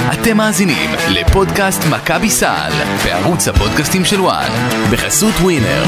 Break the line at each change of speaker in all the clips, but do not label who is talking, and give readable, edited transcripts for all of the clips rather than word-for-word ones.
אתם מאזינים לפודקאסט מכבי סל, בערוץ הפודקאסטים של וואן, בחסות ווינר.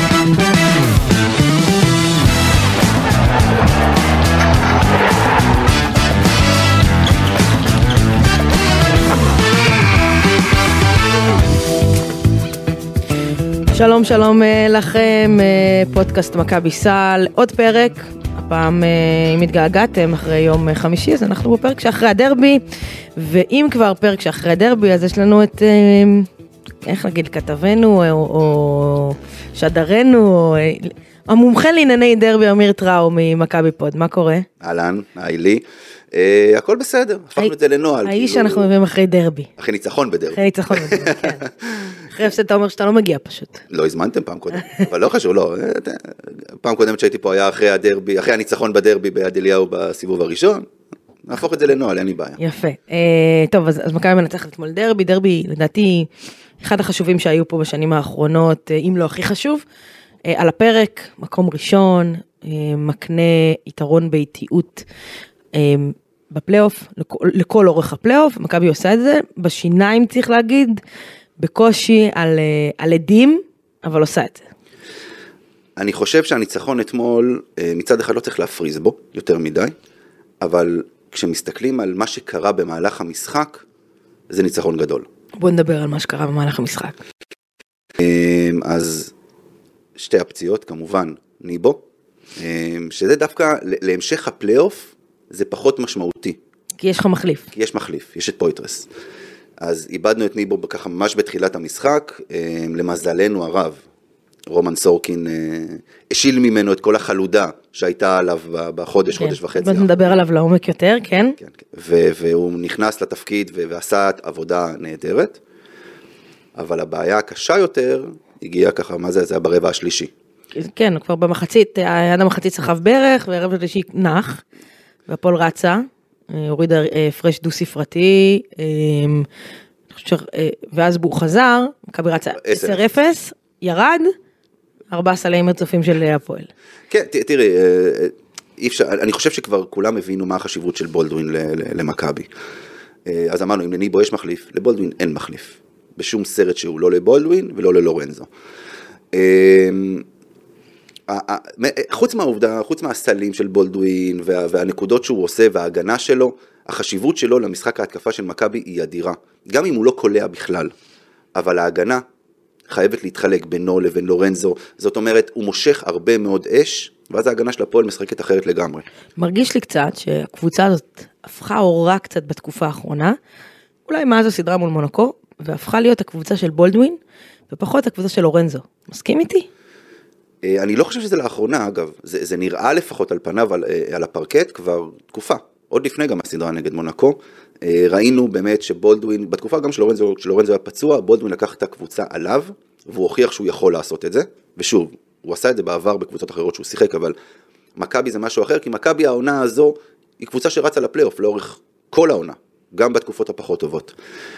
שלום שלום לכם, פודקאסט מכבי סל, עוד פרק, הפעם אם התגעגעתם אחרי יום חמישי, אז אנחנו בפרק שאחרי הדרבי, ואם כבר פרק שאחרי הדרבי, אז יש לנו את, איך נגיד, כתבנו, או שדרנו, או המומחה לענייני דרבי, אמיר טראו ממכבי פוד, מה קורה?
אהלן, היי, הכל בסדר, הפכנו את זה לנועל.
האיש שאנחנו מביאים אחרי דרבי.
אחרי ניצחון בדרבי.
אחרי ניצחון בדרבי, כן. אחרי הפסד אתה אומר שאתה לא מגיע פשוט.
לא הזמנתם פעם קודם, אבל לא חשוב, לא. פעם קודמת שהייתי פה היה אחרי הדרבי, אחרי הניצחון בדרבי ביד אליהו בסיבוב הראשון, נהפוך את זה לנועל, אין לי בעיה.
יפה. טוב, אז מכבי מנצחת אתמול דרבי, דרבי לדעתי אחד החשובים שהיו פה בשנים האחרונות, אם לא הכי חשוב. על הפרק, מקום ראשון, מקנה יתרון באיטיות בפלייאוף, לכל אורך הפלייאוף, מכבי עושה את זה, בשיניים צריך להגיד, בקושי על עדים, אבל עושה את זה.
אני חושב שהניצחון אתמול, מצד אחד לא צריך להפריז בו, יותר מדי, אבל כשמסתכלים על מה שקרה במהלך המשחק, זה ניצחון גדול.
בוא נדבר על מה שקרה במהלך המשחק.
אז שתי הפציעות, כמובן, ניבו, שזה דווקא להמשך הפלייאוף, זה פחות משמעותי.
כי יש לך מחליף.
כי יש מחליף, יש את פויטרס. אז איבדנו את ניבו ככה ממש בתחילת המשחק, למזלנו הרב, רומן סורקין השיל ממנו את כל החלודה שהייתה עליו בחודש, חודש וחצי.
נדבר עליו לעומק יותר, כן?
כן, והוא נכנס לתפקיד ועשה עבודה נהדרת, אבל הבעיה הקשה יותר הגיעה ככה, מה זה? זה היה ברבע השלישי.
כן, כבר במחצית, עד המחצית סחב ברך, והרבע השלישי נח, והפועל רצה, הוריד הפרש דו ספרתי, ואז הוא חזר, מכבי רצה 10-0, ירד, 4 סלעים רצופים של הפועל.
כן, תראי, אני חושב שכבר כולם הבינו מה החשיבות של בולדווין למכבי. אז אמרנו, אם לניבו יש מחליף, לבולדווין אין מחליף. בשום סרט שהוא לא לבולדווין ולא ללורנזו. חוץ מהעובדה, חוץ מהסלים של בולדווין והנקודות שהוא עושה וההגנה שלו, החשיבות שלו למשחק ההתקפה של מכבי היא אדירה. גם אם הוא לא קולע בכלל, אבל ההגנה חייבת להתחלק בינו לבין לורנזו, זאת אומרת, הוא מושך הרבה מאוד אש, ואז ההגנה של הפועל משחקת אחרת לגמרי.
מרגיש לי קצת שהקבוצה הזאת הפכה אורה קצת בתקופה האחרונה, אולי מאז הסדרה מול מונקו, והפכה להיות הקבוצה של בולדווין, ופחות הקבוצה של לורנזו. מסכים איתי?
אני לא חושב שזה לאחרונה, אגב, זה נראה לפחות על פניו, על הפרקט כבר תקופה, עוד לפני גם הסדרה נגד מונקו, ראינו באמת שבולדווין, בתקופה גם כשלורנזו היה פצוע, בולדווין לקח את הקבוצה עליו, והוא הוכיח שהוא יכול לעשות את זה, ושוב, הוא עשה את זה בעבר בקבוצות אחרות שהוא שיחק, אבל מכבי זה משהו אחר, כי מכבי העונה הזו, היא קבוצה שרצה לפלייאוף לאורך כל העונה, גם בתקופות הפחות טובות.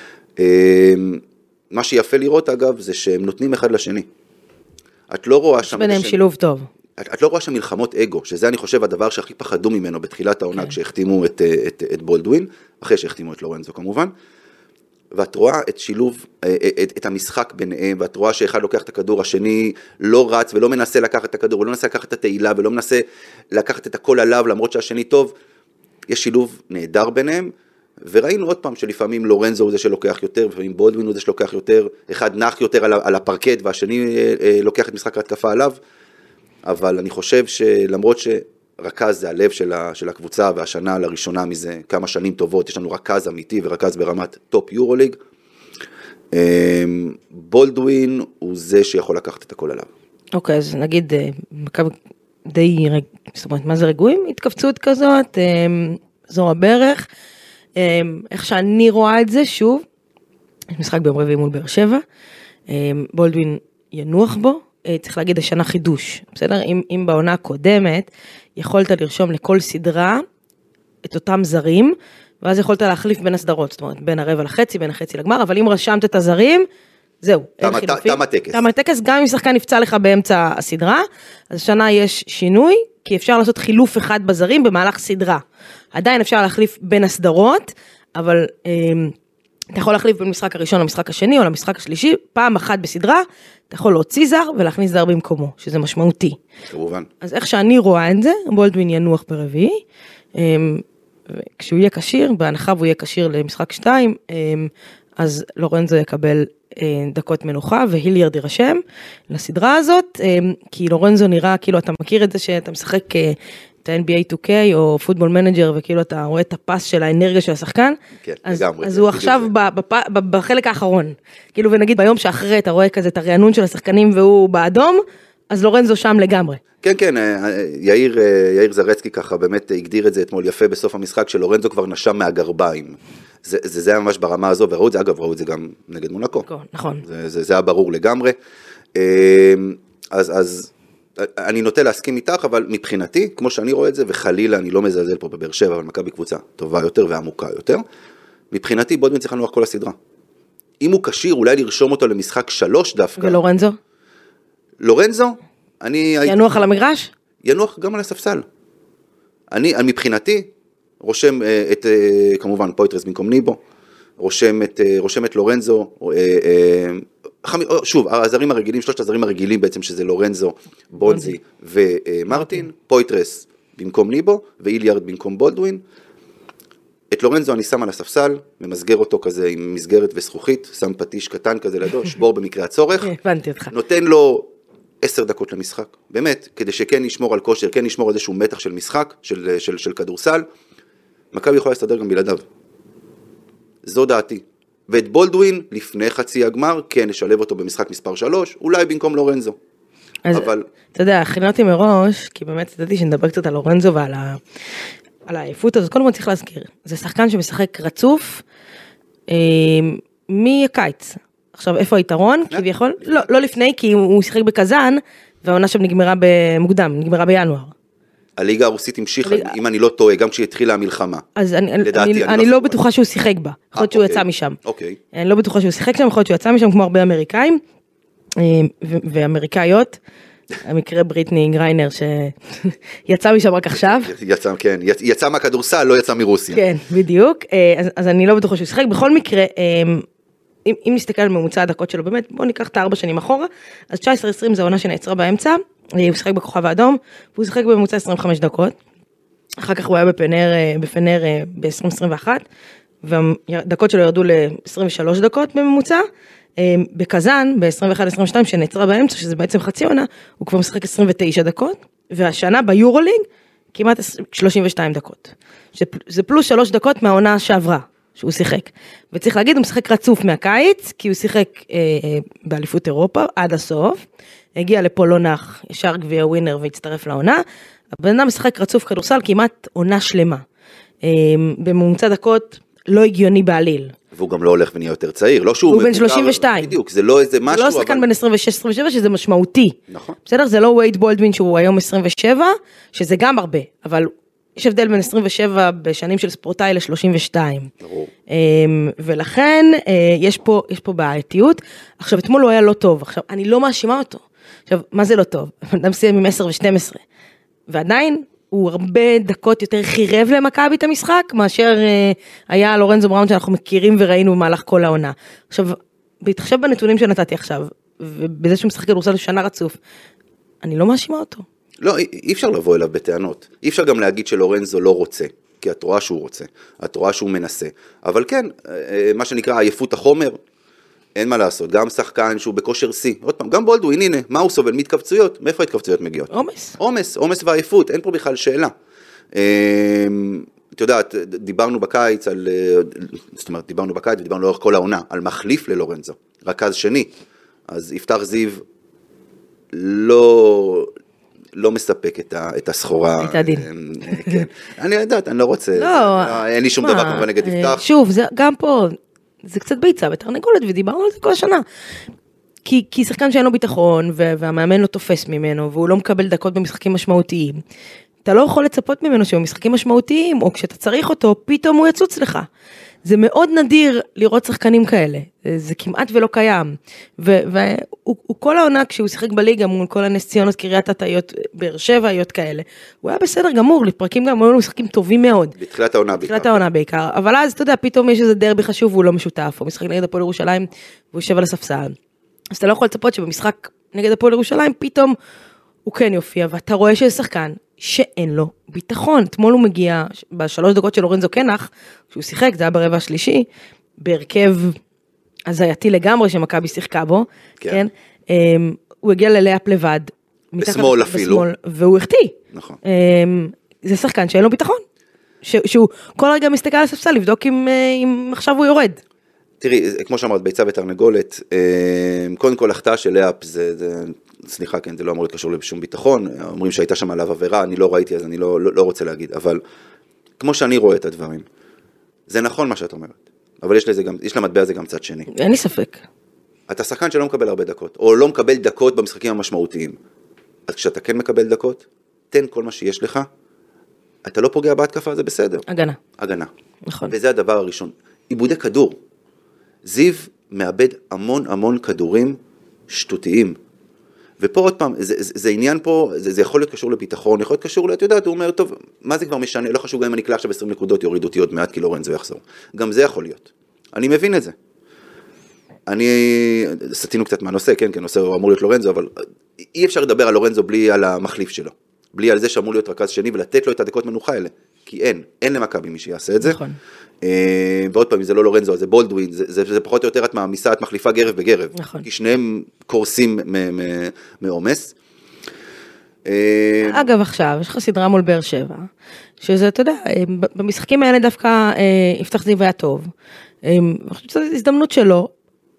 מה שיפה לראות אגב, זה שהם נותנים אחד לשני. את לא רואה שם...
ביניהם שילוב טוב.
את לא רואה שם מלחמות אגו, שזה אני חושב הדבר שהכי פחדו ממנו בתחילת העונה, כשהחתימו את בולדווין, אחרי שהחתימו את לורנזו כמובן, ואת רואה את שילוב, את המשחק ביניהם, ואת רואה שאחד לוקח את הכדור, השני לא רץ ולא מנסה לקחת את הכדור, ולא מנסה לקחת את התהילה, ולא מנסה לקחת את הכל עליו, למרות שהשני טוב, יש שילוב נהדר ביניהם, וראינו עוד פעם שלפעמים לורנזו הוא זה שלוקח יותר, ולפעמים בולדווין הוא זה שלוקח יותר, אחד נח יותר על הפרקט, והשני לוקח את משחק ההתקפה עליו, אבל אני חושב שלמרות שרכז זה הלב של הקבוצה, והשנה לראשונה מזה כמה שנים טובות, יש לנו רכז אמיתי ורכז ברמת טופ יורוליג, בולדווין הוא זה שיכול לקחת את הכל עליו.
אוקיי, אז נגיד, די, זאת אומרת, מה זה רגועים? התכווצות כזאת, זו הברך, איך שאני רואה את זה, שוב, יש משחק ביום רביעי מול באר שבע, בולדווין ינוח בו, צריך להגיד השנה חידוש, בסדר? אם בעונה הקודמת יכולת לרשום לכל סדרה את אותם זרים, ואז יכולת להחליף בין הסדרות, זאת אומרת, בין הרבע לחצי, בין החצי לגמר, אבל אם רשמת את הזרים, זהו,
תם הטקס.
תם הטקס, גם אם שחקן נפצע לך באמצע הסדרה, אז השנה יש שינוי, כי אפשר לעשות חילוף אחד בזרים במהלך סדרה. עדיין אפשר להחליף בין הסדרות, אבל אתה יכול להחליף בין המשחק הראשון למשחק השני, או למשחק השלישי, פעם אחת בסדרה, אתה יכול להוציא זר ולהכניס זר במקומו, שזה משמעותי.
כמובן.
אז איך שאני רואה את זה, בולדווין ינוח ברביעי, כשהוא יהיה כשיר, בהנחה והוא יהיה כשיר למשחק 2, אז לורנזו יקבל דקות מנוחה, והיליארד יירשם לסדרה הזאת, כי לורנזו נראה, כאילו אתה מכיר את זה שאתה משחק את ה-NBA 2K או פוטבול מנג'ר, וכאילו אתה רואה את הפס של האנרגיה של השחקן,
כן,
אז הוא עכשיו בחלק האחרון, כאילו ונגיד ביום שאחרי אתה רואה כזה את הרענון של השחקנים והוא באדום, אז לורנזו שם לגמרי.
כן, כן, יאיר זרצקי ככה באמת הגדיר את זה אתמול יפה בסוף המשחק, שלורנזו כבר נשם מהגרביים. זה היה ממש ברמה הזו, וראו את זה, אגב, ראו את זה גם נגד מונקו.
נכון.
זה היה ברור לגמרי. אז אני נוטה להסכים איתך, אבל מבחינתי, כמו שאני רואה את זה, וחלילה אני לא מזלזל פה בבאר שבע, אבל מכבי קבוצה טובה יותר ועמוקה יותר, מבחינתי בולדווין צריך לנוח כל הסדרה. אם הוא כשיר, אולי לרשום אותו למשחק 3 דווקא.
ולורנזו?
לורנזו,
ינוח על המגרש?
ינוח גם על הספסל. אני מבחינתי, רושם את, כמובן, פויטרס במקום ניבו, רושם את לורנזו, שוב, הזרים הרגילים, 3 הזרים הרגילים בעצם, שזה לורנזו, בונזי ומרטין, פויטרס במקום ניבו, ואיליארד במקום בולדווין. את לורנזו אני שם על הספסל, ממסגר אותו כזה עם מסגרת וזכוכית, שם פטיש קטן כזה לידו, שבור במקרה הצורך.
הבנתי אותך.
נותן לו 10 דקות למשחק, באמת, כדי שכן ישמור על כושר, כן ישמור על איזשהו מתח של משחק, של כדורסל, מכבי יכולה להסתדר גם בלעדיו. זו דעתי. ואת בולדווין, לפני חצי הגמר, כן, נשלב אותו במשחק מספר 3, אולי במקום לורנזו. אבל...
אתה יודע, הכינותי מראש, כי באמת ידעתי שנדבר קצת על לורנזו ועל העייפות הזאת, כל הזמן צריך להזכיר. זה שחקן שמשחק רצוף, מהקיץ. עכשיו, איפה היתרון? כביכול? לא לפני, כי הוא שיחק בקזן, והעונה שם נגמרה במוקדם, נגמרה בינואר.
הליגה הרוסית המשיכה, אם אני לא טועה, גם כשהתחילה המלחמה.
אז אני לא בטוחה שהוא שיחק בה, יכול להיות שהוא יצא משם. אני לא בטוחה שהוא שיחק שם, יכול להיות שהוא יצא משם כמו הרבה אמריקאים, ואמריקאיות, המקרה בריטני גריינר שיצא משם רק עכשיו.
כן, יצא מהכדורסל, לא יצא מרוסיה.
כן, בדיוק, אז אני לא בטוחה שהוא שיחק, בכל מקרה, אם נסתכל על ממוצע הדקות שלו, באמת, בואו ניקח את 4 שנים אחורה, אז 19-20 זה העונה שנעצרה באמצע, הוא שיחק בכוכב האדום, והוא שיחק בממוצע 25 דקות, אחר כך הוא היה בפנר ב-2021, והדקות שלו ירדו ל-23 דקות בממוצע, בקזן, ב-21-22 שנעצרה באמצע, שזה בעצם חצי עונה, הוא כבר משחק 29 דקות, והשנה ביורוליג, כמעט 32 דקות. זה פלוס 3 דקות מהעונה שעברה. שהוא שיחק, וצריך להגיד, הוא משחק רצוף מהקיץ, כי הוא שיחק באליפות אירופה עד הסוף, הגיע לפה לא נח, ישר גביע ווינר והצטרף לעונה, הבן אדם משחק רצוף כדורסל כמעט עונה שלמה, בממוצע דקות לא הגיוני בעליל.
והוא גם לא הולך ונהיה יותר צעיר, לא שהוא...
הוא בן 32.
בדיוק, זה לא איזה משהו...
זה לא שחקן בן 26-27, שזה משמעותי.
נכון.
בסדר? זה לא וייד בולדווין שהוא היום 27, שזה גם הרבה, אבל... יש הבדל בין 27 בשנים של ספורטאי ל-32.
ברור.
ולכן יש פה בעייתיות. עכשיו, אתמול הוא היה לא טוב. עכשיו, אני לא מאשימה אותו. עכשיו, מה זה לא טוב? אדם סיים עם 10 ו-12. ועדיין, הוא הרבה דקות יותר חירב למכבי את המשחק, מאשר היה לורנזו בראון שאנחנו מכירים וראינו במהלך כל העונה. עכשיו, בהתחשב בנתונים שנתתי עכשיו, ובזה שהוא משחק כדורסל שנה רצוף, אני לא מאשימה אותו.
לא, אי אפשר לבוא אליו בטענות. אי אפשר גם להגיד שלורנזו לא רוצה, כי את רואה שהוא רוצה, את רואה שהוא מנסה. אבל כן, מה שנקרא עייפות החומר, אין מה לעשות. גם שחקן שהוא בכושר C. עוד פעם, גם בולדווין, הנה, מה הוא סובל? מתכווצויות. מאיפה התכווצויות מגיעות? עומס ועייפות, אין פה בכלל שאלה. אתה יודעת, דיברנו בקיץ ודיברנו לאורך כל העונה, על מחליף ללורנזו, רכז שני. אז יפתח זיו לא מספק את הסחורה.
את הדין.
כן. אני יודעת, אני לא רוצה, אין לי שום דבר כמובן נגד יפתח.
שוב, גם פה, זה קצת ביצה ותרנגולת, ודיברנו על זה כל השנה. כי שחקן שאין לו ביטחון, והמאמן לא תופס ממנו, והוא לא מקבל דקות במשחקים משמעותיים. אתה לא יכול לצפות ממנו שהוא משחקים משמעותיים, או כשאתה צריך אותו, פתאום הוא יצוץ לך. זה מאוד נדיר לראות שחקנים כאלה, זה כמעט ולא קיים, והוא כל העונה כשהוא שיחק בליגה מול כל הנס ציונות, קריית התאיות, באר שבעיות כאלה, הוא היה בסדר גמור, לפרקים גם היו משחקים טובים מאוד.
בתחילת העונה בעיקר.
בתחילת העונה בעיקר, אבל אז אתה יודע, פתאום יש איזה דרבי חשוב והוא לא משותף, או משחק נגד הפועל ירושלים והוא יושב על הספסל, אז אתה לא יכול לצפות שבמשחק נגד הפועל ירושלים פתאום הוא כן יופיע, ואתה רואה שזה שחקן שאין לו ביטחון. אתמול הוא מגיע בשלוש דקות של לורנזו קנח, כשהוא שיחק, זה היה ברבע השלישי, בהרכב הזייתי לגמרי שמכבי שיחקה בו, כן? הוא הגיע ללאפ לבד,
בשמאל אפילו,
והוא החטיא.
נכון.
זה שחקן שאין לו ביטחון, שהוא כל רגע מסתכל על הספסל, לבדוק אם עכשיו הוא יורד.
תראי, כמו שאמרת, ביצה ותרנגולת, קודם כל החטאה של לאפ, סליחה, כן, זה לא אמור להיות קשור לשום ביטחון, אומרים שהייתה שם עליו עבירה, אני לא ראיתי, אז אני לא רוצה להגיד, אבל כמו שאני רואה את הדברים, זה נכון מה שאת אומרת, אבל יש למטבע הזה גם צד שני.
אין לי ספק.
אתה שחקן שלא מקבל הרבה דקות, או לא מקבל דקות במשחקים המשמעותיים, אז כשאתה כן מקבל דקות, תן כל מה שיש לך, אתה לא פוגע בהתקפה, זה בסדר. הגנה.
נכון.
וזה הדבר הראשון. עיבודי כדור. זיו מאבד המון כדורים שטותיים. ופה עוד פעם, זה עניין פה, זה יכול להיות קשור לביטחון, יכול להיות קשור, את יודעת, הוא אומר, טוב, מה זה כבר משנה? לא חשוב גם אם אני אקלע עכשיו 20 נקודות, יוריד אותי עוד מעט, כי לורנזו יחזור. גם זה יכול להיות. אני מבין את זה. סטינו קצת מהנושא, כן, נושא הוא אמור להיות לורנזו, אבל אי אפשר לדבר על לורנזו בלי על המחליף שלו. בלי על זה שאמור להיות רכז שני, ולתת לו את הדקות מנוחה האלה. כי אין למכבי מי שיעשה את זה.
נכון.
ועוד פעם, זה לא לורנזו, זה בולדווין, זה פחות או יותר את מעמיסה, את מחליפה גרב בגרב.
נכון.
כי שניהם קורסים מעומס.
אגב, עכשיו, יש לך סדרה מול באר שבע, שזה, אתה יודע, במשחקים האלה דווקא יפתח זיו היה טוב. אני חושבת שזו הזדמנות שלו.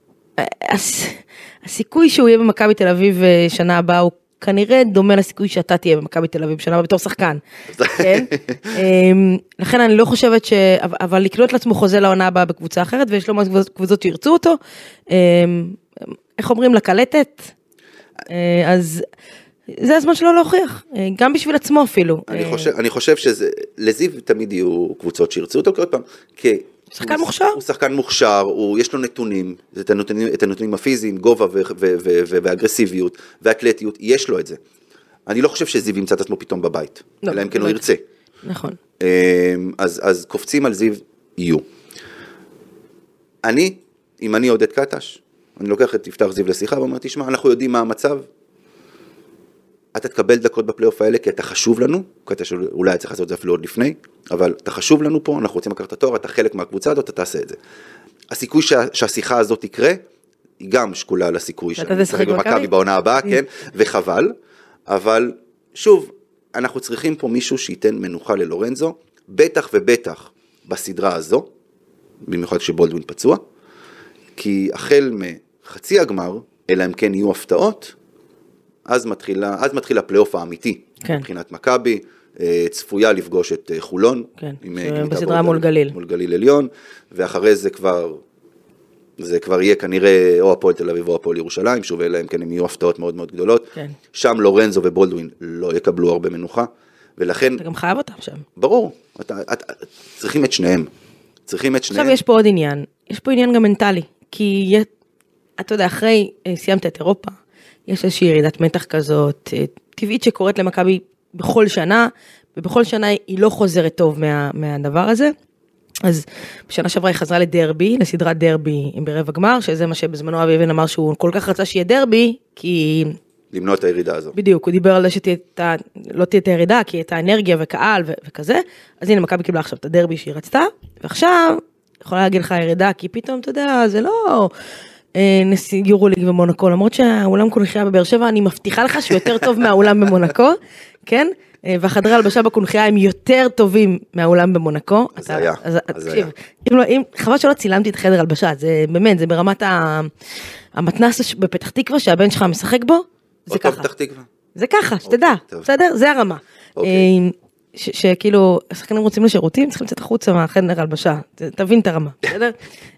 הסיכוי שהוא יהיה במכבי תל אביב שנה הבאה, הוא כנראה דומה לסיכוי שאתה תהיה במכבי תל אביב שנה הבאה בתור שחקן. כן? לכן אני לא חושבת אבל לקלוט לעצמו חוזה לעונה הבאה בקבוצה אחרת, ויש לו קבוצות שירצו אותו. איך אומרים? לקלטת. אז זה הזמן שלו להוכיח, גם בשביל עצמו אפילו.
אני חושב שלזיו תמיד יהיו קבוצות שירצו אותו, כי עוד פעם,
שחקן מוכשר.
הוא שחקן מוכשר, יש לו נתונים, את הנתונים הפיזיים, גובה ואגרסיביות ואתלטיות, יש לו את זה. אני לא חושב שזיו ימצא את עצמו פתאום בבית, אלא אם כן הוא ירצה.
נכון.
אז קופצים על זיו יהיו. אם אני עודד קטש, אני לוקח את יפתח זיו לשיחה ואומר, תשמע, אנחנו יודעים מה המצב, אתה תקבל דקות בפלייאוף האלה, כי אתה חשוב לנו, קטש אולי צריך לעשות את זה אפילו עוד לפני, אבל אתה חשוב לנו פה, אנחנו רוצים לקחת את התואר, אתה חלק מהקבוצה הזאת, אתה תעשה את זה. הסיכוי שהשיחה הזאת תקרה, היא גם שקולה לסיכוי שנשחק במכבי בעונה הבאה, כן, וחבל, אבל שוב, אנחנו צריכים פה מישהו שייתן מנוחה ללורנזו, בטח ובטח בסדרה הזו, במיוחד כשבולדווין פצוע, כי החל מחצי הגמר, אלא אם כן יהיו הפתעות, אז מתחיל הפלייאוף האמיתי, מבחינת מכבי, צפויה לפגוש את חולון,
בסדרה מול גליל.
מול גליל עליון, ואחרי זה כבר יהיה כנראה או הפועל תל אביב או הפועל ירושלים, שוב אלא אם כן הם יהיו הפתעות מאוד מאוד גדולות, שם לורנזו ובולדווין לא יקבלו הרבה מנוחה, ולכן...
אתה גם חייב אותם שם.
ברור, צריכים את שניהם.
עכשיו יש פה עוד עניין, יש פה עניין גם מנטלי, כי אתה יודע, אחרי סיימת את אירופה, יש איזושהי ירידת מתח כזאת, טבעית שקורית למכבי בכל שנה, ובכל שנה היא לא חוזרת טוב מהדבר הזה. אז בשנה שעברה היא חזרה לדרבי, לסדרת דרבי ברבע גמר, שזה מה שבזמנו אבי אבן אמר שהוא כל כך רצה שיהיה דרבי, כי... למנוע
את הירידה הזו.
בדיוק, הוא דיבר על זה שלא תהיה את הירידה, כי את האנרגיה וקהל וכזה, אז הנה מכבי קיבלה עכשיו את הדרבי שהיא רצתה, ועכשיו יכולה להגיד לך הירידה, כי פתאום, אתה יודע, זה לא... נשיא יורוליג ומונקו, למרות שהאולם קונחייה בבאר שבע, אני מבטיחה לך שהוא יותר טוב מהאולם במונקו, כן? והחדרי הלבשה בקונחייה הם יותר טובים מהאולם במונקו.
אז היה.
חבל שלא צילמתי את חדר הלבשה, זה באמת, זה ברמת המתנ"ס בפתח תקווה, שהבן שלך משחק בו, זה ככה. זה ככה, שתדע, בסדר? זה הרמה. שכאילו, השחקנים רוצים לשירותים, צריכים לצאת החוצה מהחדר הלבשה, תבין את הרמה, בסדר?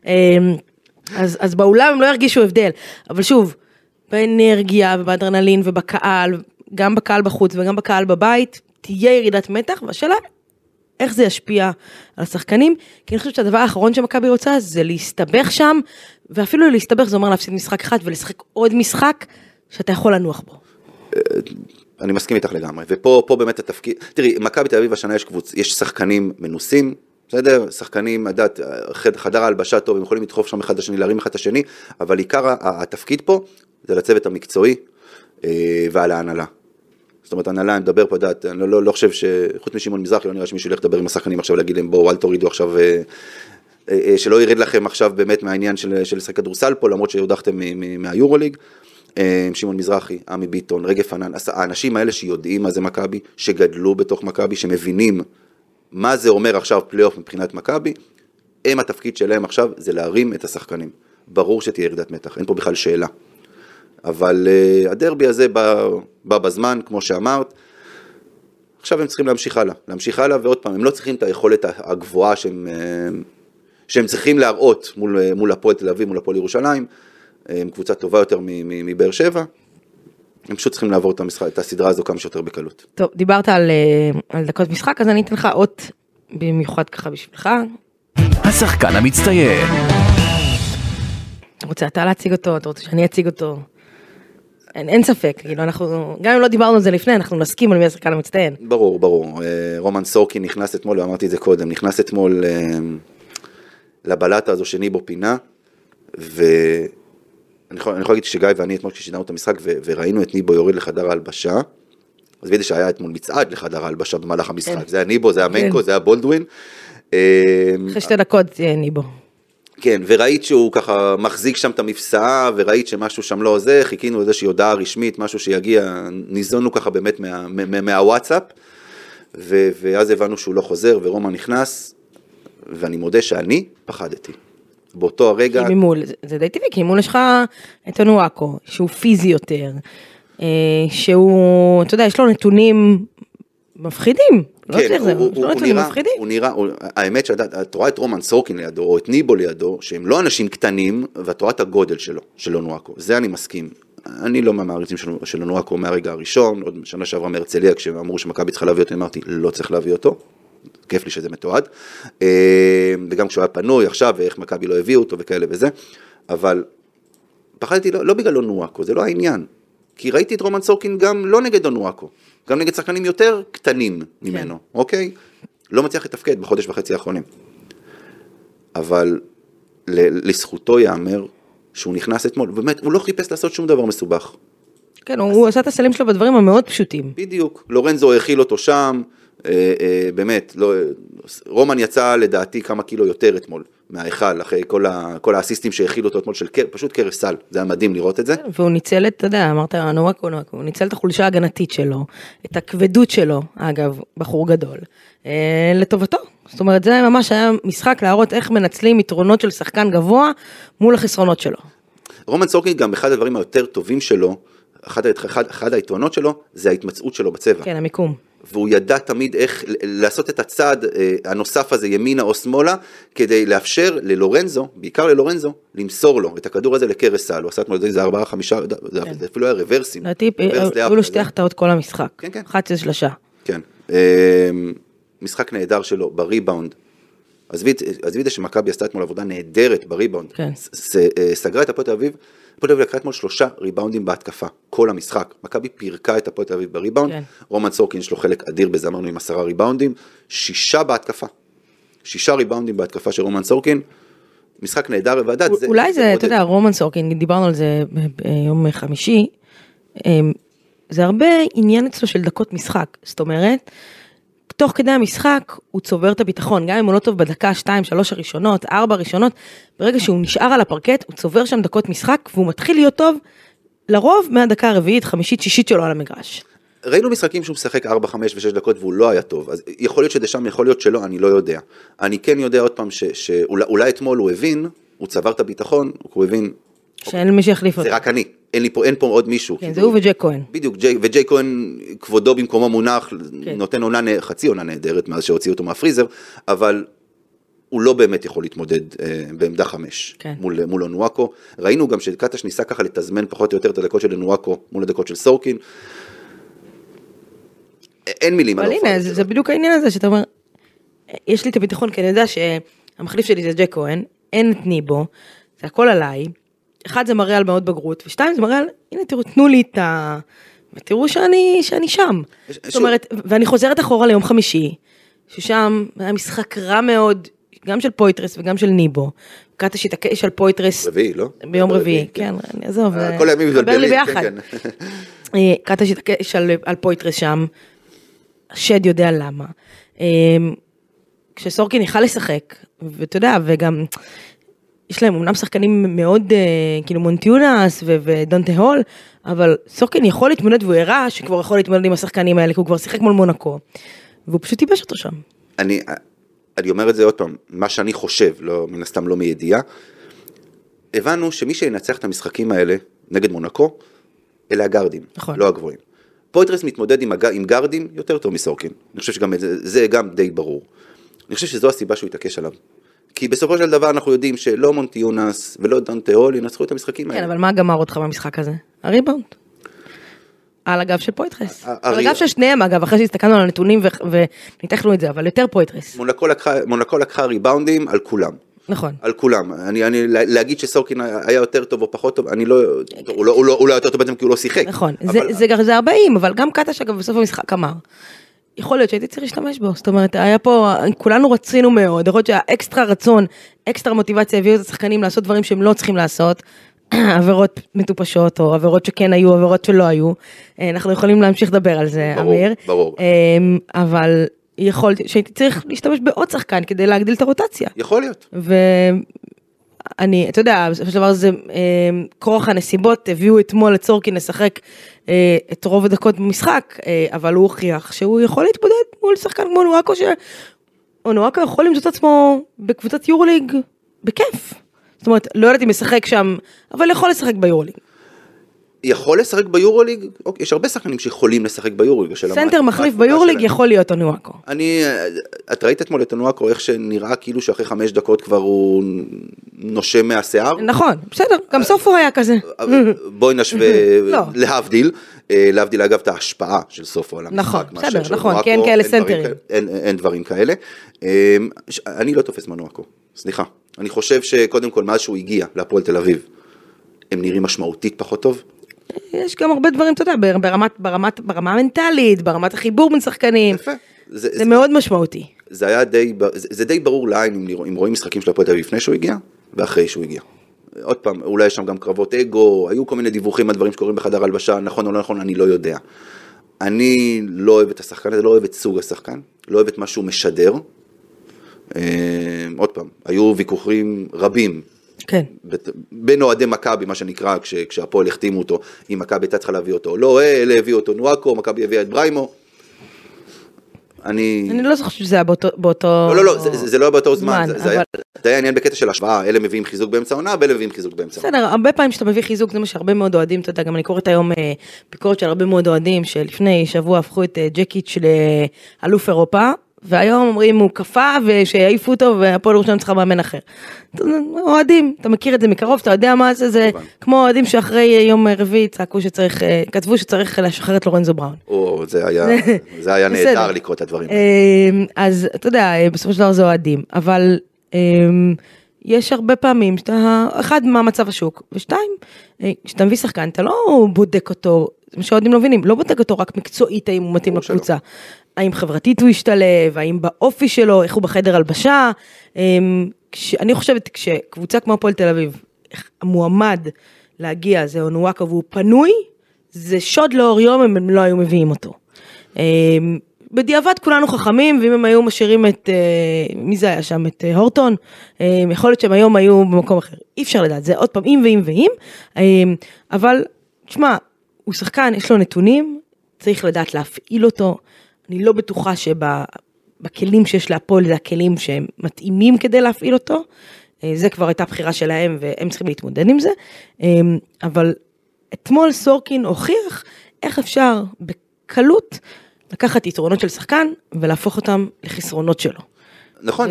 אז באולם הם לא ירגישו הבדל, אבל שוב, באנרגיה ובאדרנלין ובקהל, גם בקהל בחוץ וגם בקהל בבית, תהיה ירידת מתח, והשאלה, איך זה ישפיע על השחקנים, כי אני חושבת שהדבר האחרון שמכבי רוצה זה להסתבך שם, ואפילו להסתבך זה אומר להפסיד משחק אחד ולשחק עוד משחק שאתה יכול לנוח בו.
אני מסכים איתך לגמרי, ופה באמת התפקיד, תראי, מכבי תל אביב השנה יש שחקנים מנוסים, בסדר? שחקנים, עדת, חדר ההלבשה טוב, הם יכולים לדחוף שם אחד לשני, להרים אחד לשני, אבל עיקר התפקיד פה זה לצוות המקצועי ועל ההנהלה. זאת אומרת, ההנהלה, אני מדבר פה, דעת, אני לא חושב שחוץ משמעון מזרחי, לא נראה שמישהו ילך לדבר עם השחקנים עכשיו, להגיד להם, בואו, אל תורידו עכשיו, שלא ירד לכם עכשיו באמת מהעניין של לשחק כדורסל פה, למרות שהודחתם מהיורוליג, שמעון מזרחי, עמי ביטון, רגב פנן, האנשים האלה שיודעים מה זה מכבי, שגדלו בתוך מכבי, שמבינים מה זה אומר עכשיו פלייאוף מבחינת מכבי, הם התפקיד שלהם עכשיו זה להרים את השחקנים. ברור שתהיה ירידת מתח, אין פה בכלל שאלה. אבל הדרבי הזה בא בזמן, כמו שאמרת, עכשיו הם צריכים להמשיך הלאה, ועוד פעם, הם לא צריכים את היכולת הגבוהה שהם צריכים להראות מול הפועל תל אביב, מול הפועל ירושלים, הם קבוצה טובה יותר מבאר שבע, הם פשוט צריכים לעבור את הסדרה הזו כמה שיותר בקלות.
טוב, דיברת על דקות משחק, אז אני אתן לך אות במיוחד ככה בשבילך.
השחקן המצטיין.
אתה רוצה אתה להציג אותו, אתה רוצה שאני אציג אותו? אין ספק, כאילו אנחנו, גם אם לא דיברנו על זה לפני, אנחנו נסכים על מי השחקן המצטיין.
ברור. רומן סורקין נכנס אתמול, ואמרתי את זה קודם, נכנס אתמול לבלטה הזו שניבו פינה, אני יכול להגיד שגיא ואני אתמול כששידרנו את המשחק וראינו את ניבו יורד לחדר ההלבשה, אז וידע שהיה אתמול מצעד לחדר ההלבשה במהלך המשחק, זה היה ניבו, זה היה מנקו, זה היה בולדווין.
אחרי 2 דקות ניבו.
כן, וראית שהוא ככה מחזיק שם את המפסעה, וראית שמשהו שם לא עוזר, חיכינו איזושהי הודעה רשמית, משהו שיגיע, ניזונו ככה באמת מהוואטסאפ, ואז הבנו שהוא לא חוזר, ורומא נכנס, ואני מודה שאני פחדתי. באותו הרגע...
כי ממול, זה די טבעי, כי ממול יש לך את אונואקו, שהוא פיזי יותר, שהוא, אתה יודע, יש לו נתונים מפחידים.
כן, הוא נראה, האמת שאת רואה את רומן סורקין לידו, או את ניבו לידו, שהם לא אנשים קטנים, ואת רואה את הגודל שלו, של אונואקו. זה אני מסכים. אני לא מהמעריצים של אונואקו מהרגע הראשון, עוד שנה שעברה מהרצליה, כשאמרו שמכבי צריכה להביא אותו, אמרתי, לא צריך להביא אותו. כיף לי שזה מתועד, וגם כשהוא היה פנוי עכשיו, ואיך מכבי לא הביאו אותו וכאלה וזה, אבל פחדתי לא בגלל אונואקו, זה לא העניין, כי ראיתי את רומן סורקין גם לא נגד אונואקו, גם נגד שחקנים יותר קטנים ממנו, אוקיי? לא מצליח לתפקד בחודש וחצי האחרונים, אבל לזכותו יאמר שהוא נכנס אתמול, באמת הוא לא חיפש לעשות שום דבר מסובך.
כן, הוא עשה את הסלים שלו בדברים המאוד פשוטים.
בדיוק, לורנזו הכיל אותו שם, באמת, רומן יצא לדעתי כמה קילו יותר אתמול מהאחל, אחרי כל האסיסטים שהכילו אותו אתמול, פשוט קרש סל, זה היה מדהים לראות את זה.
והוא ניצל את, אתה יודע, אמרת, הוא ניצל את החולשה ההגנתית שלו, את הכבדות שלו, אגב, בחור גדול, לטובתו. זאת אומרת, זה ממש היה משחק להראות איך מנצלים יתרונות של שחקן גבוה מול החסרונות שלו.
רומן סורקין גם אחד הדברים היותר טובים שלו, אחד היתרונות שלו, זה ההתמצאות שלו בצבע.
כן, המיקום.
והוא ידע תמיד איך לעשות את הצעד הנוסף הזה, ימינה או שמאלה, כדי לאפשר ללורנזו, בעיקר ללורנזו, למסור לו את הכדור הזה לקרש סל. הוא עשה את זה 4-5, זה אפילו היה רוורסים.
היו לו 2 החטאות כל המשחק.
כן, כן.
11 שלושה.
כן. משחק נהדר שלו, בריבאונד. עזבי שמכבי עשתה אתמול עבודה נהדרת בריבאונד.
כן.
סגרה את הפועל תל אביב, הפועל תל אביב לקחה אתמול 3 ריבאונדים בהתקפה, כל המשחק. מכבי פירקה את הפועל תל אביב בריבאונד, כן. רומן סורקין יש לו חלק אדיר בזה, אמרנו עם 10 ריבאונדים, 6 בהתקפה. 6 ריבאונדים בהתקפה של רומן סורקין, משחק נהדר, ועדת זה...
אולי זה, אתה יודע, רומן סורקין, דיברנו על זה ביום חמישי, זה הרבה עניין אצלו של דקות משחק, זאת אומרת, תוך כדי המשחק הוא צובר את הביטחון, גם אם הוא לא טוב בדקה 2, 3 הראשונות, 4 הראשונות, ברגע שהוא נשאר על הפרקט, הוא צובר שם דקות משחק, והוא מתחיל להיות טוב, לרוב מהדקה הרביעית, חמישית, שישית שלו על המגרש.
ראינו משחקים שהוא משחק 4, 5 ו-6 דקות, והוא לא היה טוב, אז יכול להיות שדשם, יכול להיות שלא, אני לא יודע. אני כן יודע עוד פעם, שאולי אתמול הוא הבין, הוא צבר את הביטחון, הוא הבין...
שאין מי שיחליף אותו.
זה רק אני. אין פה עוד מישהו.
כן, זה הוא וג'יי כהן.
בדיוק, וג'יי כהן כבודו במקומו מונח, נותן חצי עונה נהדרת, מאז שהוציאו אותו מהפריזר, אבל הוא לא באמת יכול להתמודד בעמדה 5 מול אונואקו. ראינו גם שקטש ניסה ככה לתזמן פחות או יותר את הדקות של אונואקו מול הדקות של סורקין. אין מילים.
אבל הנה, זה בדיוק העניין הזה, שאתה אומר, יש לי את הביטחון, כי אני יודע שהמחליף שלי זה ג'ק כהן, אין את ניבו, זה הכל עליי. אחד זה מראה על מאוד בגרות, ושתיים זה מראה על, הנה תראו, תנו לי את ה... ותראו שאני שם. זאת אומרת, ואני חוזרת אחורה ליום חמישי, ששם היה משחק רע מאוד, גם של פויטרס וגם של ניבו. קטע שהתעקש על פויטרס.
רביעי, לא?
ביום רביעי, כן, אני עזוב.
כל הימים מבלבלים, כן.
קטע שהתעקש על פויטרס שם, השד יודע למה. כשסורקין יכל לשחק, ואתה יודע, וגם, יש להם אמנם שחקנים מאוד, כאילו מונטיונס ודונטה הול, אבל סורקין יכול להתמודד, והוא הראה שכבר יכול להתמודד עם השחקנים האלה, כי הוא כבר שיחק מול מונקו, והוא פשוט ייבש אותו שם.
אני אומר את זה עוד פעם, מה שאני חושב, לא, מן הסתם לא מידיעה, הבנו שמי שינצח את המשחקים האלה נגד מונקו, אלה הגרדים, נכון. לא הגבוהים. פויטרס מתמודד עם גרדים יותר טוב מסורקין. אני חושב שגם זה גם די ברור. אני חושב שזו הסיבה שהוא יתעקש עליו. כי בסופו של דבר אנחנו יודעים שלא מונטיונס ולא דונטה הול ינצחו את המשחקים האלה.
כן, אבל מה גמר אותך במשחק הזה? הריבאונד. על הגב של פויטרס. על הגב של שניהם, אגב, אחרי שהסתכלנו על הנתונים וניתחנו את זה, אבל יותר פויטרס.
מונקו לקחה ריבאונדים על כולם.
נכון.
על כולם. להגיד שסורקין היה יותר טוב או פחות טוב, הוא לא יותר טוב בעצם כי הוא לא שיחק.
נכון, זה 40, אבל גם קטש, אגב, בסוף המשחק אמר. יכול להיות שהייתי צריך להשתמש בו, זאת אומרת, היה פה, כולנו רצינו מאוד, יכול להיות שהאקסטרה רצון, אקסטרה מוטיבציה, הביאו את השחקנים לעשות דברים שהם לא צריכים לעשות, עבירות מטופשות, או עבירות שכן היו, עבירות שלא היו, אנחנו יכולים להמשיך לדבר על זה, אמיר.
ברור.
אבל יכולתי, שהייתי צריך להשתמש בעוד שחקן, כדי להגדיל את הרוטציה.
יכול להיות.
ואני, אתה יודע, בסופו של דבר זה, כורח הנסיבות, הביאו אתמול את סורקין לשחק את רוב הדקות במשחק, אבל הוא הוכיח שהוא יכול להתמודד מול שחקן כמו נואקו, שנואקו יכול למצוא את עצמו בקבוצת יורוליג בכיף. זאת אומרת, לא יודעת אם משחק שם, אבל יכול לשחק ביורוליג.
יכול לשחק ביורוליג? אוקיי, יש הרבה שחקנים שיכולים לשחק ביורוליג.
סנטר מחליף ביורוליג יכול להיות אונואקו.
את ראית אתמול את אונואקו, איך שנראה כאילו שאחרי 5 דקות כבר הוא נושם מהשיער?
נכון, בסדר, גם סוף הוא היה כזה.
בואי נשווה להבדיל, להבדיל אגב את ההשפעה של סופו על המשחק.
נכון, בסדר, נכון, כי אין כאלה סנטרים.
אין דברים כאלה. אני לא תופס מנואקו, סליחה. אני חושב שקודם כל מאז שהוא הגיע להפועל תל אביב, הם נראים משמעותית פחות טוב.
יש גם הרבה דברים, אתה יודע, ברמה המנטלית, ברמת החיבור בין שחקנים. יפה. זה מאוד משמעותי.
זה די ברור לעין אם רואים משחקים של הפועל תל אביב לפני שהוא הגיע, ואחרי שהוא הגיע. עוד פעם, אולי יש שם גם קרבות אגו, היו כל מיני דיווחים על דברים שקורים בחדר הלבשה, נכון או לא נכון, אני לא יודע. אני לא אוהב את השחקן הזה, לא אוהב את סוג השחקן, לא אוהב את מה שהוא משדר. עוד פעם, היו ויכוחים רבים,
כן.
בין אוהדי מכבי, מה שנקרא, כשהפועל החתימו אותו, אם מכבי הייתה צריכה להביא אותו, לא, אלה הביא אותו נואקו, מכבי הביאה את בריימו. אני
לא חושב שזה היה באותו...
לא, זה לא היה באותו זמן, זה היה עניין בקטע של השוואה, אלה מביאים חיזוק באמצע העונה, ואלה מביאים חיזוק באמצע העונה.
בסדר, הרבה פעמים שאתה מביא חיזוק, זה מה שהרבה מאוד אוהדים, אתה יודע, גם אני קוראת היום ביקורת של הרבה מאוד אוהדים, שלפני שבוע הפכו את ג'קיץ' לאלוף אירופה, והיום אומרים הוא קפה ושיעיפו אותו והפועל ירושלים צריכה מאמן אחר. אוהדים, אתה מכיר את זה מקרוב, אתה יודע מה זה, זה כמו אוהדים שאחרי יום רביעי צעקו שצריך, כתבו שצריך לשחרר את לורנזו בראון.
זה היה נהדר לקרוא את הדברים.
אז אתה יודע, בסופו של דבר זה אוהדים, אבל יש הרבה פעמים שאתה, אחד מה מצב השוק, ושתיים, כשאתה מביא שחקן, אתה לא בודק אותו, זה מה שאוהדים לא מבינים, לא בודק אותו רק מקצועית, האם הוא מתאים לקבוצה. האם חברתית הוא ישתלב, האם באופי שלו, איך הוא בחדר הלבשה. אני חושבת, כשקבוצה כמו הפועל תל אביב, המועמד להגיע, זה אונואקו והוא פנוי, זה שוד לאור יום אם הם לא היו מביאים אותו. בדיעבד כולנו חכמים, ואם הם היו משאירים את, מי זה היה שם, את הורטון, יכול להיות שהם היום היו במקום אחר. אי אפשר לדעת, זה עוד פעם אם ואם, אבל, תשמע, הוא שחקן, יש לו נתונים, צריך לדעת להפעיל אותו, אני לא בטוחה שבכלים שיש להפועל זה הכלים שהם מתאימים כדי להפעיל אותו, זה כבר הייתה בחירה שלהם והם צריכים להתמודד עם זה, אבל אתמול סורקין הוכיח איך אפשר בקלות לקחת יתרונות של שחקן ולהפוך אותם לחסרונות שלו.
נכון.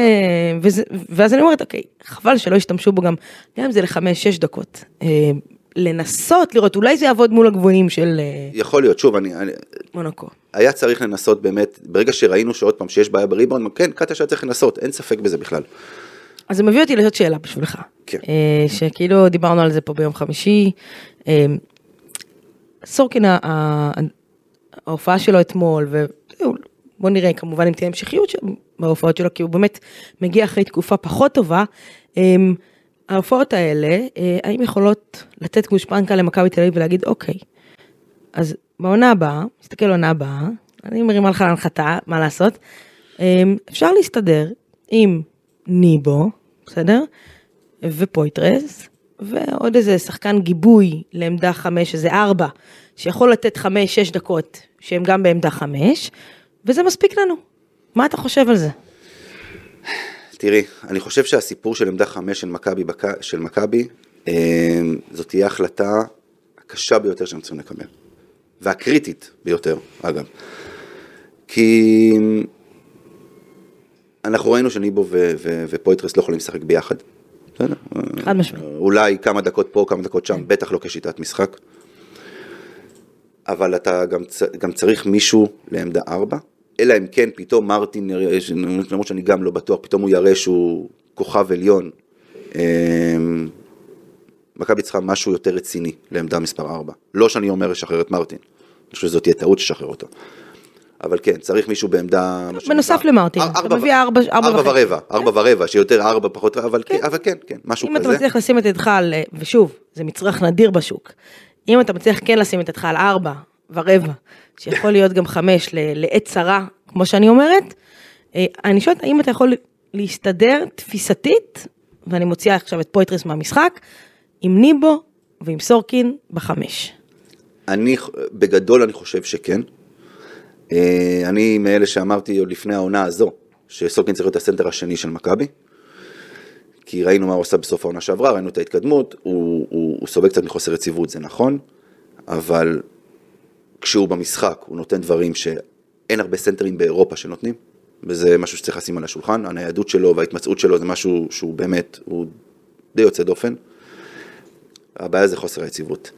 ואז אני אומרת, אוקיי, חבל שלא ישתמשו בו גם אם זה ל5-6 דקות, לנסות לראות, אולי זה יעבוד מול הגבוהים של
יכול להיות, שוב,
מונקו.
היה צריך לנסות באמת, ברגע שראינו שעוד פעם שיש בעיה בריבאונד, כן, קטש היה צריך לנסות, אין ספק בזה בכלל.
אז זה מביא אותי לשאול שאלה בשבילך.
כן.
שכאילו דיברנו על זה פה ביום חמישי, סורקין, ההופעה שלו אתמול, ובוא נראה כמובן אם תהיה המשכיות בהופעות שלו, כי הוא באמת מגיע אחרי תקופה פחות טובה, ההופעות האלה, האם יכולות לתת גושפנקה למכבי תל אביב ולהגיד, אוקיי, אז בעונה הבאה, מסתכל בעונה הבאה, אני מרימה לך להנחתה, מה לעשות, אפשר להסתדר עם ניבו, בסדר? ופויטרס, ועוד איזה שחקן גיבוי לעמדה 5, שזה 4, שיכול לתת 5-6 דקות, שהם גם בעמדה 5, וזה מספיק לנו. מה אתה חושב על זה?
תראי, אני חושב שהסיפור של עמדה 5 של מכבי, זאת תהיה החלטה הקשה ביותר שהם צריכים לקבל. והקריטית ביותר, אגב. כי אנחנו ראינו שניבו ופויטרס לא יכולים לשחק ביחד.
חד משמעית.
אולי כמה דקות פה, כמה דקות שם, בטח לא כשיטת משחק. אבל אתה גם צריך מישהו לעמדה 4, אלא אם כן פתאום מרטין, למרות שאני גם לא בטוח, פתאום הוא יראה שהוא כוכב עליון. מכבי צריכה משהו יותר רציני לעמדה מספר 4. לא שאני אומר לשחרר את מרטין, אני חושב שזאת תהיה טעות לשחרר אותו. אבל כן, צריך מישהו בעמדה...
בנוסף למרטין, אתה מביא
4.25, שיותר 4 פחות, אבל כן, משהו כזה.
אם אתה מצליח לשים את ידך על, ושוב, זה מצרך נדיר בשוק, אם אתה מצליח כן לשים את ידך על 4.25, שיכול להיות גם 5 לעת צרה, כמו שאני אומרת, אני שואלת, האם אתה יכול להסתדר תפיסתית, ואני מוציאה עכשיו את פויטרס מהמשחק, עם ניבו ועם סורקין ב5.
בגדול אני חושב שכן. אני מאלה שאמרתי עוד לפני העונה הזו, שסורקין צריך להיות הסנטר השני של מכבי, כי ראינו מה הוא עשה בסוף העונה שעברה, ראינו את ההתקדמות, הוא סובל קצת מחוסר יציבות, זה נכון, אבל כשהוא במשחק, הוא נותן דברים שאין הרבה סנטרים באירופה שנותנים, וזה משהו שצריך לשים על השולחן, הניידות שלו וההתמצאות שלו זה משהו שהוא באמת, הוא די יוצא דופן, הבעיה זה חוסר היציבות.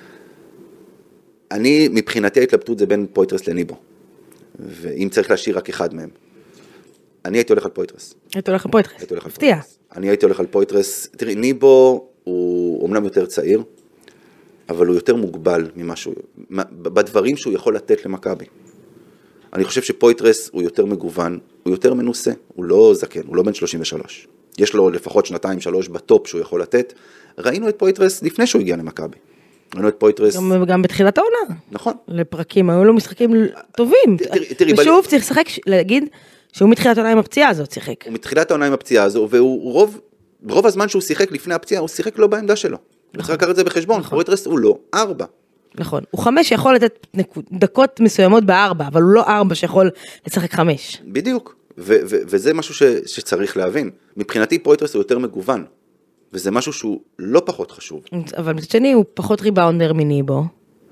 אני, מבחינתי ההתלבטות זה בין פויטרס לניבו, ואם צריך להשאיר רק אחד מהם, אני הייתי הולך על פויטרס.
הייתי הולך על פויטרס, הפתיע.
אני הייתי הולך על פויטרס, תראי, ניבו הוא אומנם יותר צעיר, אבל הוא יותר מוגבל ממשהו, בדברים שהוא יכול לתת למכבי. אני חושב שפויטרס הוא יותר מגוון, הוא יותר מנוסה, הוא לא זקן, הוא לא בן 33. יש לו לפחות 2-3 בטופ שהוא יכול לתת. ראינו את פויטרס לפני שהוא הגיע למכבי. ראינו את פויטרס...
גם בתחילת העונה.
נכון.
לפרקים, היו לו משחקים טובים. ושוב צריך לשחק, להגיד שהוא מתחילת העונה עם הפציעה הזאת שיחק.
הוא מתחילת העונה עם הפציעה הזו, והוא רוב הזמן שהוא שיחק לפני הפציעה, הוא שיחק לא בעמדה שלו. צריך לקחת את זה בחשבון, פויטרס הוא לא 4.
נכון, הוא 5 שיכול לתת דקות מסוימות ב4, אבל הוא לא 4 שיכול לשחק 5.
בדיוק, וזה משהו שצריך להבין. מבחינתי פויטרס הוא יותר מגוון, וזה משהו שהוא לא פחות חשוב.
אבל מצד שני הוא פחות ריבאונדר מניבו,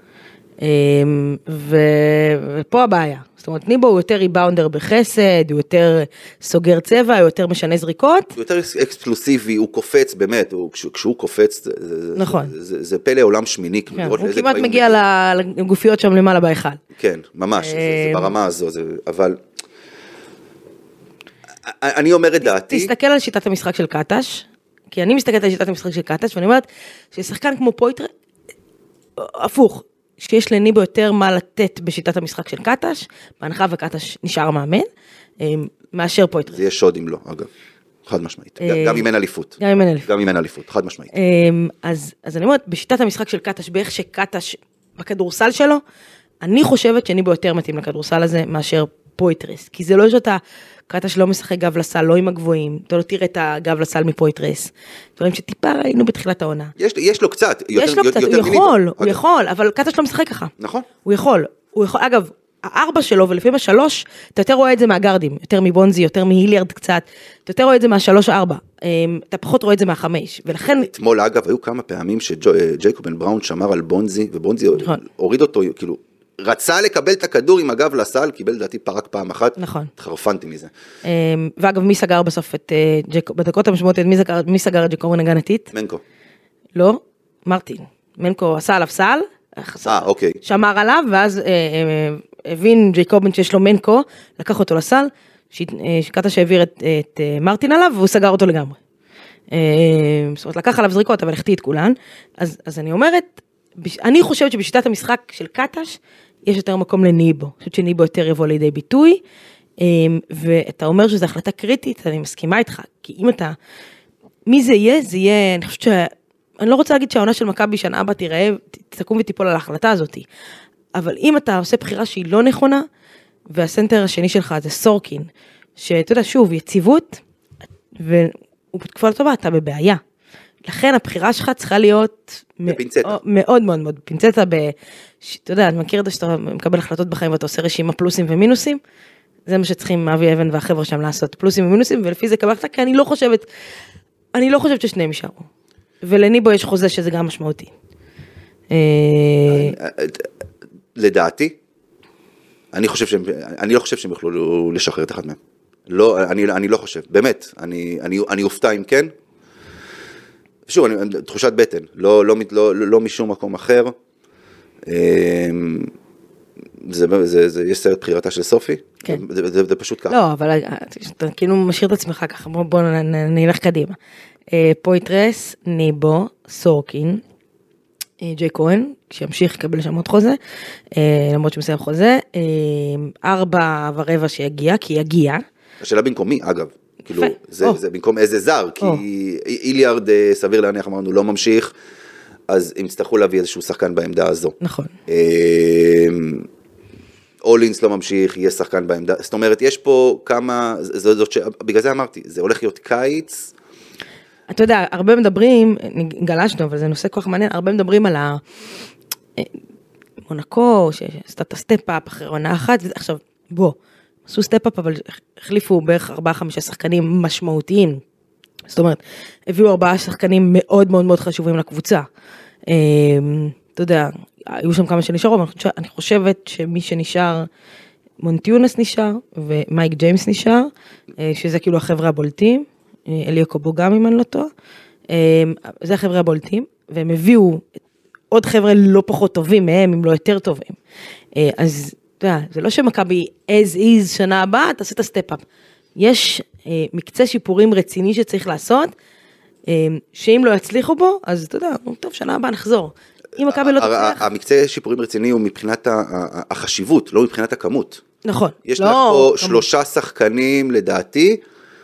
ופה הבעיה. זאת אומרת, ניבו הוא יותר ריבאונדר בחסד, הוא יותר סוגר צבע, הוא יותר משנה זריקות.
הוא יותר אקספלוסיבי, הוא קופץ באמת, כשהוא קופץ,
נכון.
זה פלא עולם שמיני.
כן, הוא כמעט מגיע לגופיות שם למעלה בהיכל.
כן, ממש, זה ברמה הזו, אבל אני אומר את דעתי.
תסתכל על שיטת המשחק של קטש, כי אני מסתכלת על שיטת המשחק של קטש, ואני אומרת ששחקן כמו פויטרס, הפוך, שיש לניבו יותר מה לתת בשיטת המשחק של קטש, בהנחה וקטש נשאר מאמן, מאשר פויטרס.
זה יהיה שוד אם לא, אגב, חד משמעית. גם אם אין אליפות. גם אם אין אליפות, חד משמעית.
אז אני אומרת, בשיטת המשחק של קטש, באיך שקטש בכדורסל שלו, אני חושבת שניבו יותר מתאים לכדורסל הזה מאשר פויטרס, כי זה לא שאתה, קטש לא משחק גב לסל, לא עם הגבוהים, אתה לא תראה את הגב לסל מפויטרס, דברים שטיפה ראינו בתחילת העונה.
יש לו קצת,
הוא יכול, אבל קטש לא משחק ככה.
נכון.
הוא יכול, אגב, 4 שלו ולפעמים 3, אתה יותר רואה את זה מהגרדים, יותר מבונזי, יותר מהיליארד קצת, אתה יותר רואה את זה 3-4, אתה פחות רואה את זה 5, ולכן...
אתמול אגב, היו כמה פעמים שג'ייקוב בראון שמר על בונזי, ובונזי הוריד אותו, כאילו, רצה לקבל את הכדור עם הגב לסל, קיבל לדעתי פרק פעם אחת,
נכון.
התחרפנתי מזה.
ואגב, מי סגר בסוף את בדקות המשמעותיות, מי סגר את ג'ייקוב נגנתית?
מנקו.
לא, מרטין. מנקו עשה עליו סל,
אוקיי.
שמר עליו, ואז הבין ג'ייקובן שיש לו מנקו, לקח אותו לסל, שקטש העביר את מרטין עליו, והוא סגר אותו לגמרי. זאת אומרת, לקח עליו זריקות, אבל החטיא את כולן. אז אני אומרת, אני חושבת שבשיטת המשחק של קטש, יש יותר מקום לניבו. אני חושבת שניבו יותר יבוא לידי ביטוי, ואתה אומר שזו החלטה קריטית, אני מסכימה איתך, כי אם אתה, מי זה יהיה, אני חושבת אני לא רוצה להגיד שהעונה של מכבי שנה הבאה תיראה, תקום ותיפול על ההחלטה הזאת, אבל אם אתה עושה בחירה שהיא לא נכונה, והסנטר השני שלך זה סורקין, שאתה יודע, שוב, יציבות, והוא בתקופה טובה, אתה בבעיה. לכן הבחירה שלך צריכה להיות
בפינצטה.
מאוד מאוד מאוד פינצטה, אתה יודע, אני מכיר את זה שאתה מקבל החלטות בחיים, ואתה עושה רשימה פלוסים ומינוסים, זה מה שצריכים אבי אבן והחבר'ה שם לעשות, פלוסים ומינוסים, ולפי זה קבלת, כי אני לא חושבת ששניהם יישארו. ולניבו יש חוזה שזה גם משמעותי.
לדעתי, אני לא חושב שהם יוכלו לשחרר את אחד מהם. לא, אני לא חושב, באמת, אני אופתע אם כן. שוב, תחושת בטן, לא משום מקום אחר. יש סרט בחירתה של סופי, זה פשוט ככה.
לא, אבל אתה כאילו משאיר את עצמך ככה, בוא נלך קדימה. פויטרס, ניבו, סורקין, ג'יי כהן, שימשיך לקבל שם עוד חוזה, למרות שמסיים חוזה, 4.25 שיגיע, כי יגיע.
השאלה במקומי, אגב, כאילו, זה במקום איזה זר, כי איליארד סביר להניח, אמרנו, לא ממשיך, אז הם יצטרכו להביא איזשהו שחקן בעמדה הזו.
נכון.
אולינס לא ממשיך, יהיה שחקן בעמדה, זאת אומרת, יש פה כמה, בגלל זה אמרתי, זה הולך להיות קיץ.
אתה יודע, הרבה מדברים, גלשנו, אבל זה נושא כל כך מעניין, הרבה מדברים על מונקו, שעשתה את הסטפ-אפ אחרי עונה אחת, עכשיו, בוא, עשו סטפ-אפ, אבל החליפו בערך 4-5 שחקנים משמעותיים, זאת אומרת, הביאו 4 שחקנים מאוד מאוד מאוד חשובים לקבוצה, אתה יודע, היו שם כמה שנשארו, אבל אני חושבת שמי שנשאר, מונטיונס נשאר, ומייק ג'יימס נשאר, שזה כאילו החבר'ה הבולטים, אליה קובו גם אם אני לא טועה, זה החבר'ה הבולטים, והם הביאו עוד חבר'ה לא פחות טובים מהם, אם לא יותר טובים. אז אתה יודע, זה לא שמכבי as is שנה הבאה, תעשה את הסטפ-אפ. יש מקצה שיפורים רציני שצריך לעשות, שאם לא יצליחו בו, אז אתה יודע, טוב, שנה הבאה נחזור. אם מכבי לא תצליח...
המקצה שיפורים רציני הוא מבחינת החשיבות, לא מבחינת הכמות.
נכון.
יש לך פה 3 שחקנים, לדעתי,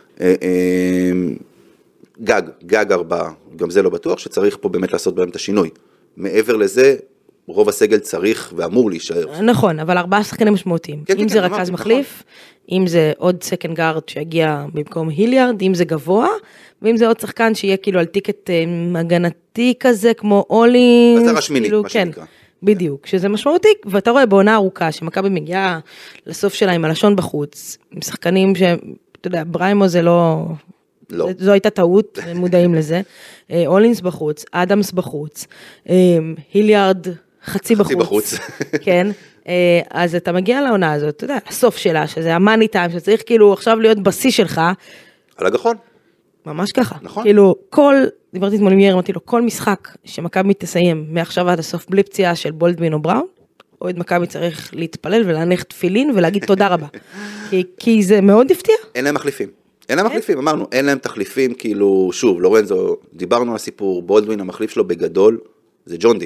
גג 4, גם זה לא בטוח, שצריך פה באמת לעשות בהם את השינוי. מעבר לזה, רוב הסגל צריך ואמור להישאר.
נכון, אבל 4 שחקנים משמעותיים. אם זה רכז מחליף, אם זה עוד סקנד גארד שיגיע במקום היליארד, אם זה גבוה, ואם זה עוד שחקן שיהיה כאילו על טיקט הגנתי כזה, כמו אולי.
אז זה רשמיני, מה שנקרא.
בדיוק, שזה משמעותי, ואתה רואה בעונה ארוכה, שמכבי מגיעה לסוף שלה עם הלשון בחוץ, עם שחקנים אתה יודע, בריימו זה לא. זו הייתה טעות, מודעים לזה. אולינס בחוץ, אדמס בחוץ, היליארד חצי בחוץ. כן, אז אתה מגיע לעונה הזאת, אתה יודע, הסוף שלה, שזה המאני טיים, שצריך כאילו עכשיו להיות בשיא שלך.
על הגחון.
ממש ככה.
נכון.
כאילו, דיברתי אתמול עם יאיר, אמרתי לו, כל משחק שמכבי תסיים מעכשיו עד הסוף בלי פציעה של בולדווין או בראון, אוהד מכבי צריך להתפלל ולהניח תפילין ולהגיד תודה רבה. כי זה מאוד הפתיע.
אין להם מחליפים. אין להם מחליפים, אמרנו, אין להם תחליפים, כאילו, שוב, לורנזו, דיברנו על הסיפור, בולדווין, המחליף שלו בגדול, זה ג'ון די.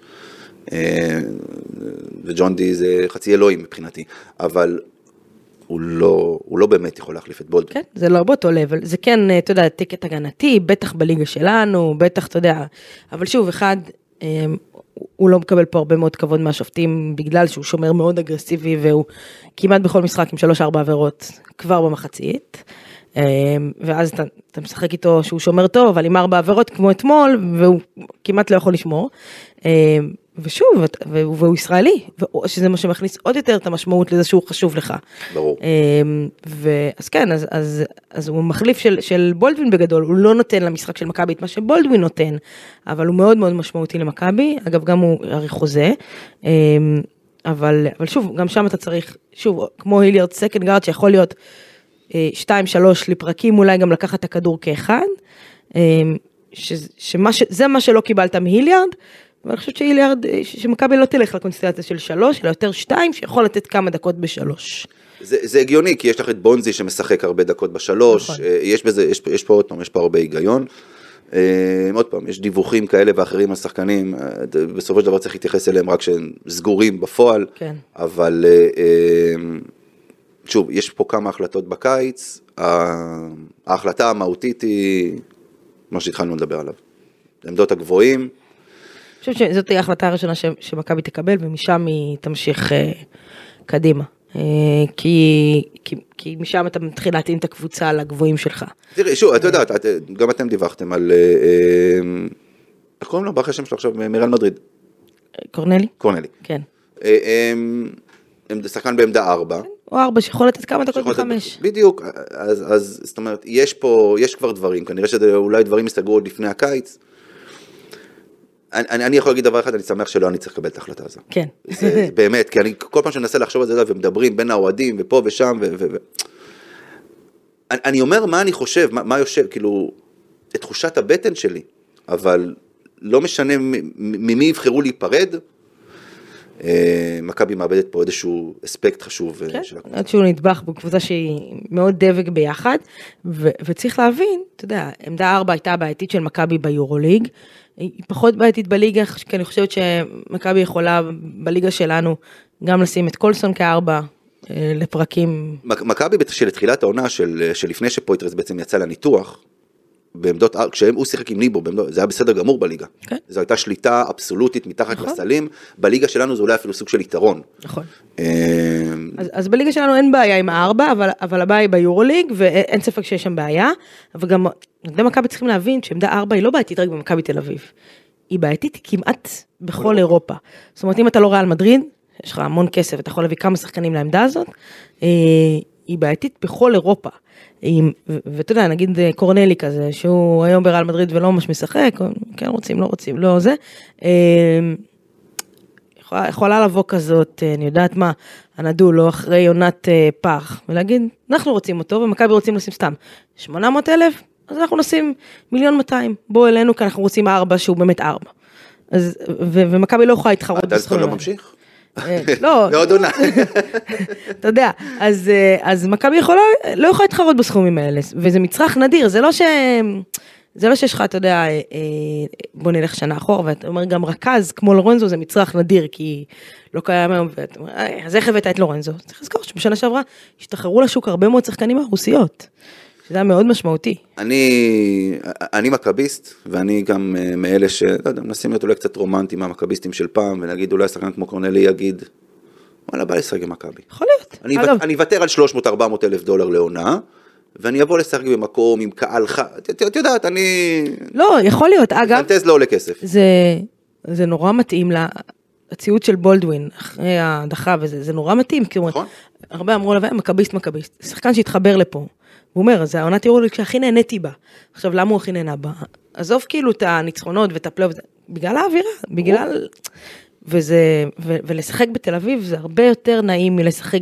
וג'ון די זה חצי אלוהים מבחינתי, אבל הוא לא באמת יכול להחליף את בולדווין.
כן, זה לא באותו לבל, זה כן, אתה יודע, טיקט הגנתי, בטח בליגה שלנו, בטח, אתה יודע, אבל שוב, אחד, הוא לא מקבל פה הרבה מאוד כבוד מהשופטים, בגלל שהוא שומר מאוד אגרסיבי, והוא כמעט בכל משחק עם 3-4 עבירות, כבר במחצית, ואז אתה משחק איתו שהוא שומר טוב, אבל עם 4 עבירות כמו אתמול, והוא כמעט לא יכול לשמור, ושוב, והוא ישראלי, שזה מה שמכניס עוד יותר את המשמעות לזה שהוא חשוב לך.
ברור.
אז כן, אז הוא מחליף של בולדווין בגדול, הוא לא נותן למשחק של מכבי את מה שבולדווין נותן, אבל הוא מאוד מאוד משמעותי למכבי, אגב גם הוא עריך חוזה, אבל שוב, גם שם אתה צריך, שוב, כמו היליארד סקנד גארד, שיכול להיות 2-3 לפרקים, אולי גם לקחת את הכדור כאחד, זה מה שלא קיבלת מהיליארד, ואני חושבת שמכבי לא תלך לקונסטלציה של 3, אלא יותר 2, שיכול לתת כמה דקות ב3.
זה הגיוני, כי יש לך את בונזי שמשחק הרבה דקות ב3, נכון. יש פה הרבה היגיון. עוד פעם, יש דיווחים כאלה ואחרים על שחקנים, בסופו של דבר צריך להתייחס אליהם רק שהם סגורים בפועל,
כן.
אבל שוב, יש פה כמה החלטות בקיץ, ההחלטה המהותית היא מה שהתחלנו לדבר עליו. עמדות הגבוהים.
אני חושבת שזאת תהיה ההחלטה הראשונה שמכבי תקבל, ומשם היא תמשיך קדימה. כי משם אתה מתחיל להתאים את הקבוצה לגבוהים שלך.
תראי, שוב, אתה יודעת, גם אתם דיווחתם על, איך קוראים לו? ברח השם שלו עכשיו, מריאל מדריד.
קורנלי?
קורנלי.
כן.
הם שחקן בעמדה 4.
או 4 שיכול לתת כמה דקות ב5.
בדיוק, אז זאת אומרת, יש כבר דברים, כנראה שאולי דברים יסתגרו עוד לפני הקיץ. אני יכול להגיד דבר אחד, אני שמח שלא אני צריך לקבל את ההחלטה הזו.
כן.
זה באמת, כי אני כל פעם שמנסה לחשוב על זה, ומדברים בין האוהדים, ופה ושם, אני אומר מה אני חושב, מה יושב, כאילו, את תחושת הבטן שלי, אבל לא משנה ממי יבחרו להיפרד, מכבי מאבדת פה איזשהו אספקט חשוב של הקבוצה.
עד שהוא נדבך בקבוצה שהיא מאוד דבק ביחד, וצריך להבין, אתה יודע, עמדה 4 הייתה בעייתית של מכבי ביורוליג, היא פחות בעייתית בליגה, כי אני חושבת שמכבי יכולה בליגה שלנו גם לשים את קולסון כ4 לפרקים.
מכבי של תחילת העונה שלפני שפויטרס בעצם יצא לניתוח, בעמדות, כשהוא שיחק עם ניבו, זה היה בסדר גמור בליגה. Okay. זו הייתה שליטה אבסולוטית מתחת לסלים, בליגה שלנו זה אולי אפילו סוג של יתרון.
נכון. אז בליגה שלנו אין בעיה עם 4, אבל הבעיה היא ביורוליג, ואין ספק שיש שם בעיה, אבל גם, עמדי מכבי צריכים להבין שעמדה 4 היא לא בעייתית רק במכבי תל אביב. היא בעייתית כמעט בכל אירופה. זאת אומרת, אם אתה לא ריאל מדריד, יש לך המון כסף, אתה יכול להביא כמה שחקנים לעמדה הזאת, היא בעייתית בכל אירופה. ואתה יודע, נגיד קורנלי כזה, שהוא היום בריאל מדריד ולא ממש משחק, כן רוצים, לא רוצים, לא זה, יכולה לבוא כזאת, אני יודעת מה, הנדו לו אחרי עונת פח, ולהגיד, אנחנו רוצים אותו, ומכבי רוצים לשים סתם 800,000, אז אנחנו נשים 1,200,000, בוא אלינו, כי אנחנו רוצים 4, שהוא באמת 4. ומכבי לא יכולה להתחרות
בסכומים. לא ממשיך?
לא.
מאוד עונה.
אתה יודע, אז מכבי לא יכולה להתחרות בסכומים האלה, וזה מצרך נדיר, זה לא שיש לך, אתה יודע, בוא נלך שנה אחורה, ואתה אומר גם רכז, כמו לורנזו, זה מצרך נדיר, כי לא קיים היום, ואתה אומר, אז איך הבאת את לורנזו? צריך לזכור שבשנה שעברה, השתחררו לשוק הרבה מאוד שחקנים מהרוסיות, שזה היה מאוד משמעותי.
אני מכביסט, ואני גם מאלה לא יודע, מנסים להיות אולי קצת רומנטיים מהמכביסטים של פעם, ונגיד אולי שחקן כמו קורנלי יגיד, וואלה, בא לשחק עם מכבי.
יכול להיות.
אני אוותר על 300-400 אלף דולר לעונה, ואני אבוא לשחק במקום עם קהל את יודעת, אני...
לא, יכול להיות, אגב...
פנטז לא עולה כסף.
זה נורא מתאים לציוד של בולדווין, אחרי ההדחה, וזה נורא מתאים, כי נכון. הרבה אמרו לה, מכביסט, שחקן שהתחבר לפה. הוא אומר, זה העונת יורוליג שהכי נהניתי בה. עכשיו, למה הוא הכי נהנה בה? עזוב כאילו את הניצחונות ואת הפלייאוף, בגלל האווירה, בגלל... ולשחק בתל אביב זה הרבה יותר נעים מלשחק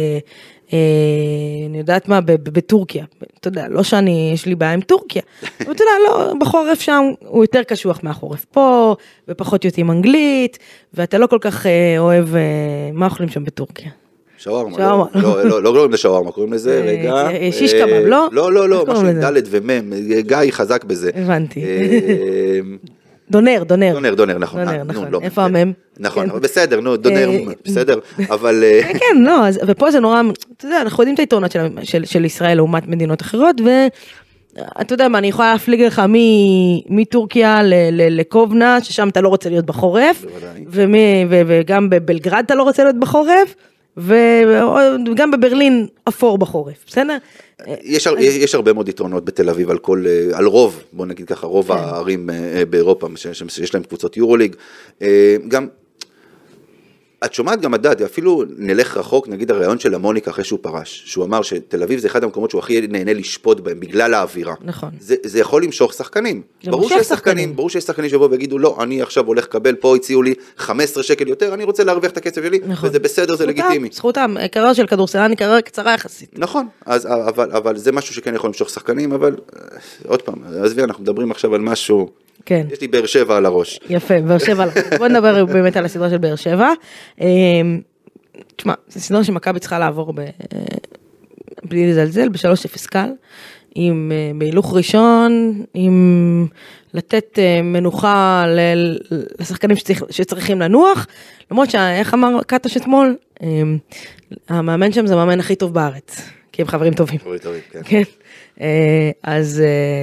אני יודעת מה, בטורקיה. אתה יודע, לא יש לי בעיה עם טורקיה, אבל אתה יודע, לא, בחורף שם הוא יותר קשוח מהחורף פה, ופחות יודעים אנגלית, ואתה לא כל כך אוהב, מה אוכלים שם בטורקיה?
שווארמה, לא קוראים לשווארמה, קוראים לזה, רגע.
שיש קבב, לא?
לא, משהו ד' ומם, גיא חזק בזה.
הבנתי. דונר,
נכון.
איפה המם?
נכון, בסדר, דונר, בסדר, אבל...
כן, לא, ופה זה נורא, אתה יודע, אנחנו יודעים את היתרונות של ישראל לעומת מדינות אחרות, ואתה יודע מה, אני יכולה להפליג לך מטורקיה לקובנה, ששם אתה לא רוצה להיות בחורף, וגם בבלגרד אתה לא רוצה להיות בחורף, וגם בברלין אפור בחורף, בסדר?
יש הרבה מאוד יתרונות בתל אביב על רוב, בוא נגיד ככה, רוב הערים באירופה שיש להם קבוצות יורוליג, גם את שומעת גם הדעת, אפילו נלך רחוק, נגיד הרעיון של המוניקה אחרי שהוא פרש, שהוא אמר שתל אביב זה אחד המקומות שהוא הכי נהנה לשפוט בהם, בגלל האווירה.
נכון.
זה יכול למשוך שחקנים. ברור שיש שחקנים שבואו ויגידו, לא, אני עכשיו הולך לקבל, פה הציעו לי 15 שקל יותר, אני רוצה להרוויח את הכסף שלי, וזה בסדר, זה לגיטימי.
זכותם, קריירה של כדורסלן היא קריירה קצרה יחסית.
נכון, אבל זה משהו שכן יכול למשוך שחקנים, אבל עוד פעם, עזבי, אנחנו מדברים עכשיו על משהו...
כן.
יש לי באר שבע על הראש.
יפה, באר שבע. בוא נדבר באמת על הסדרה של באר שבע. תשמע, זו סדרה שמכבי צריכה לעבור בלי לזלזל, ב-3-0 קל, עם בהילוך ראשון, עם לתת מנוחה לשחקנים שצריכים לנוח, למרות שאיך אמר קטש אתמול, המאמן שם זה המאמן הכי טוב בארץ, כי הם חברים טובים. כן. אז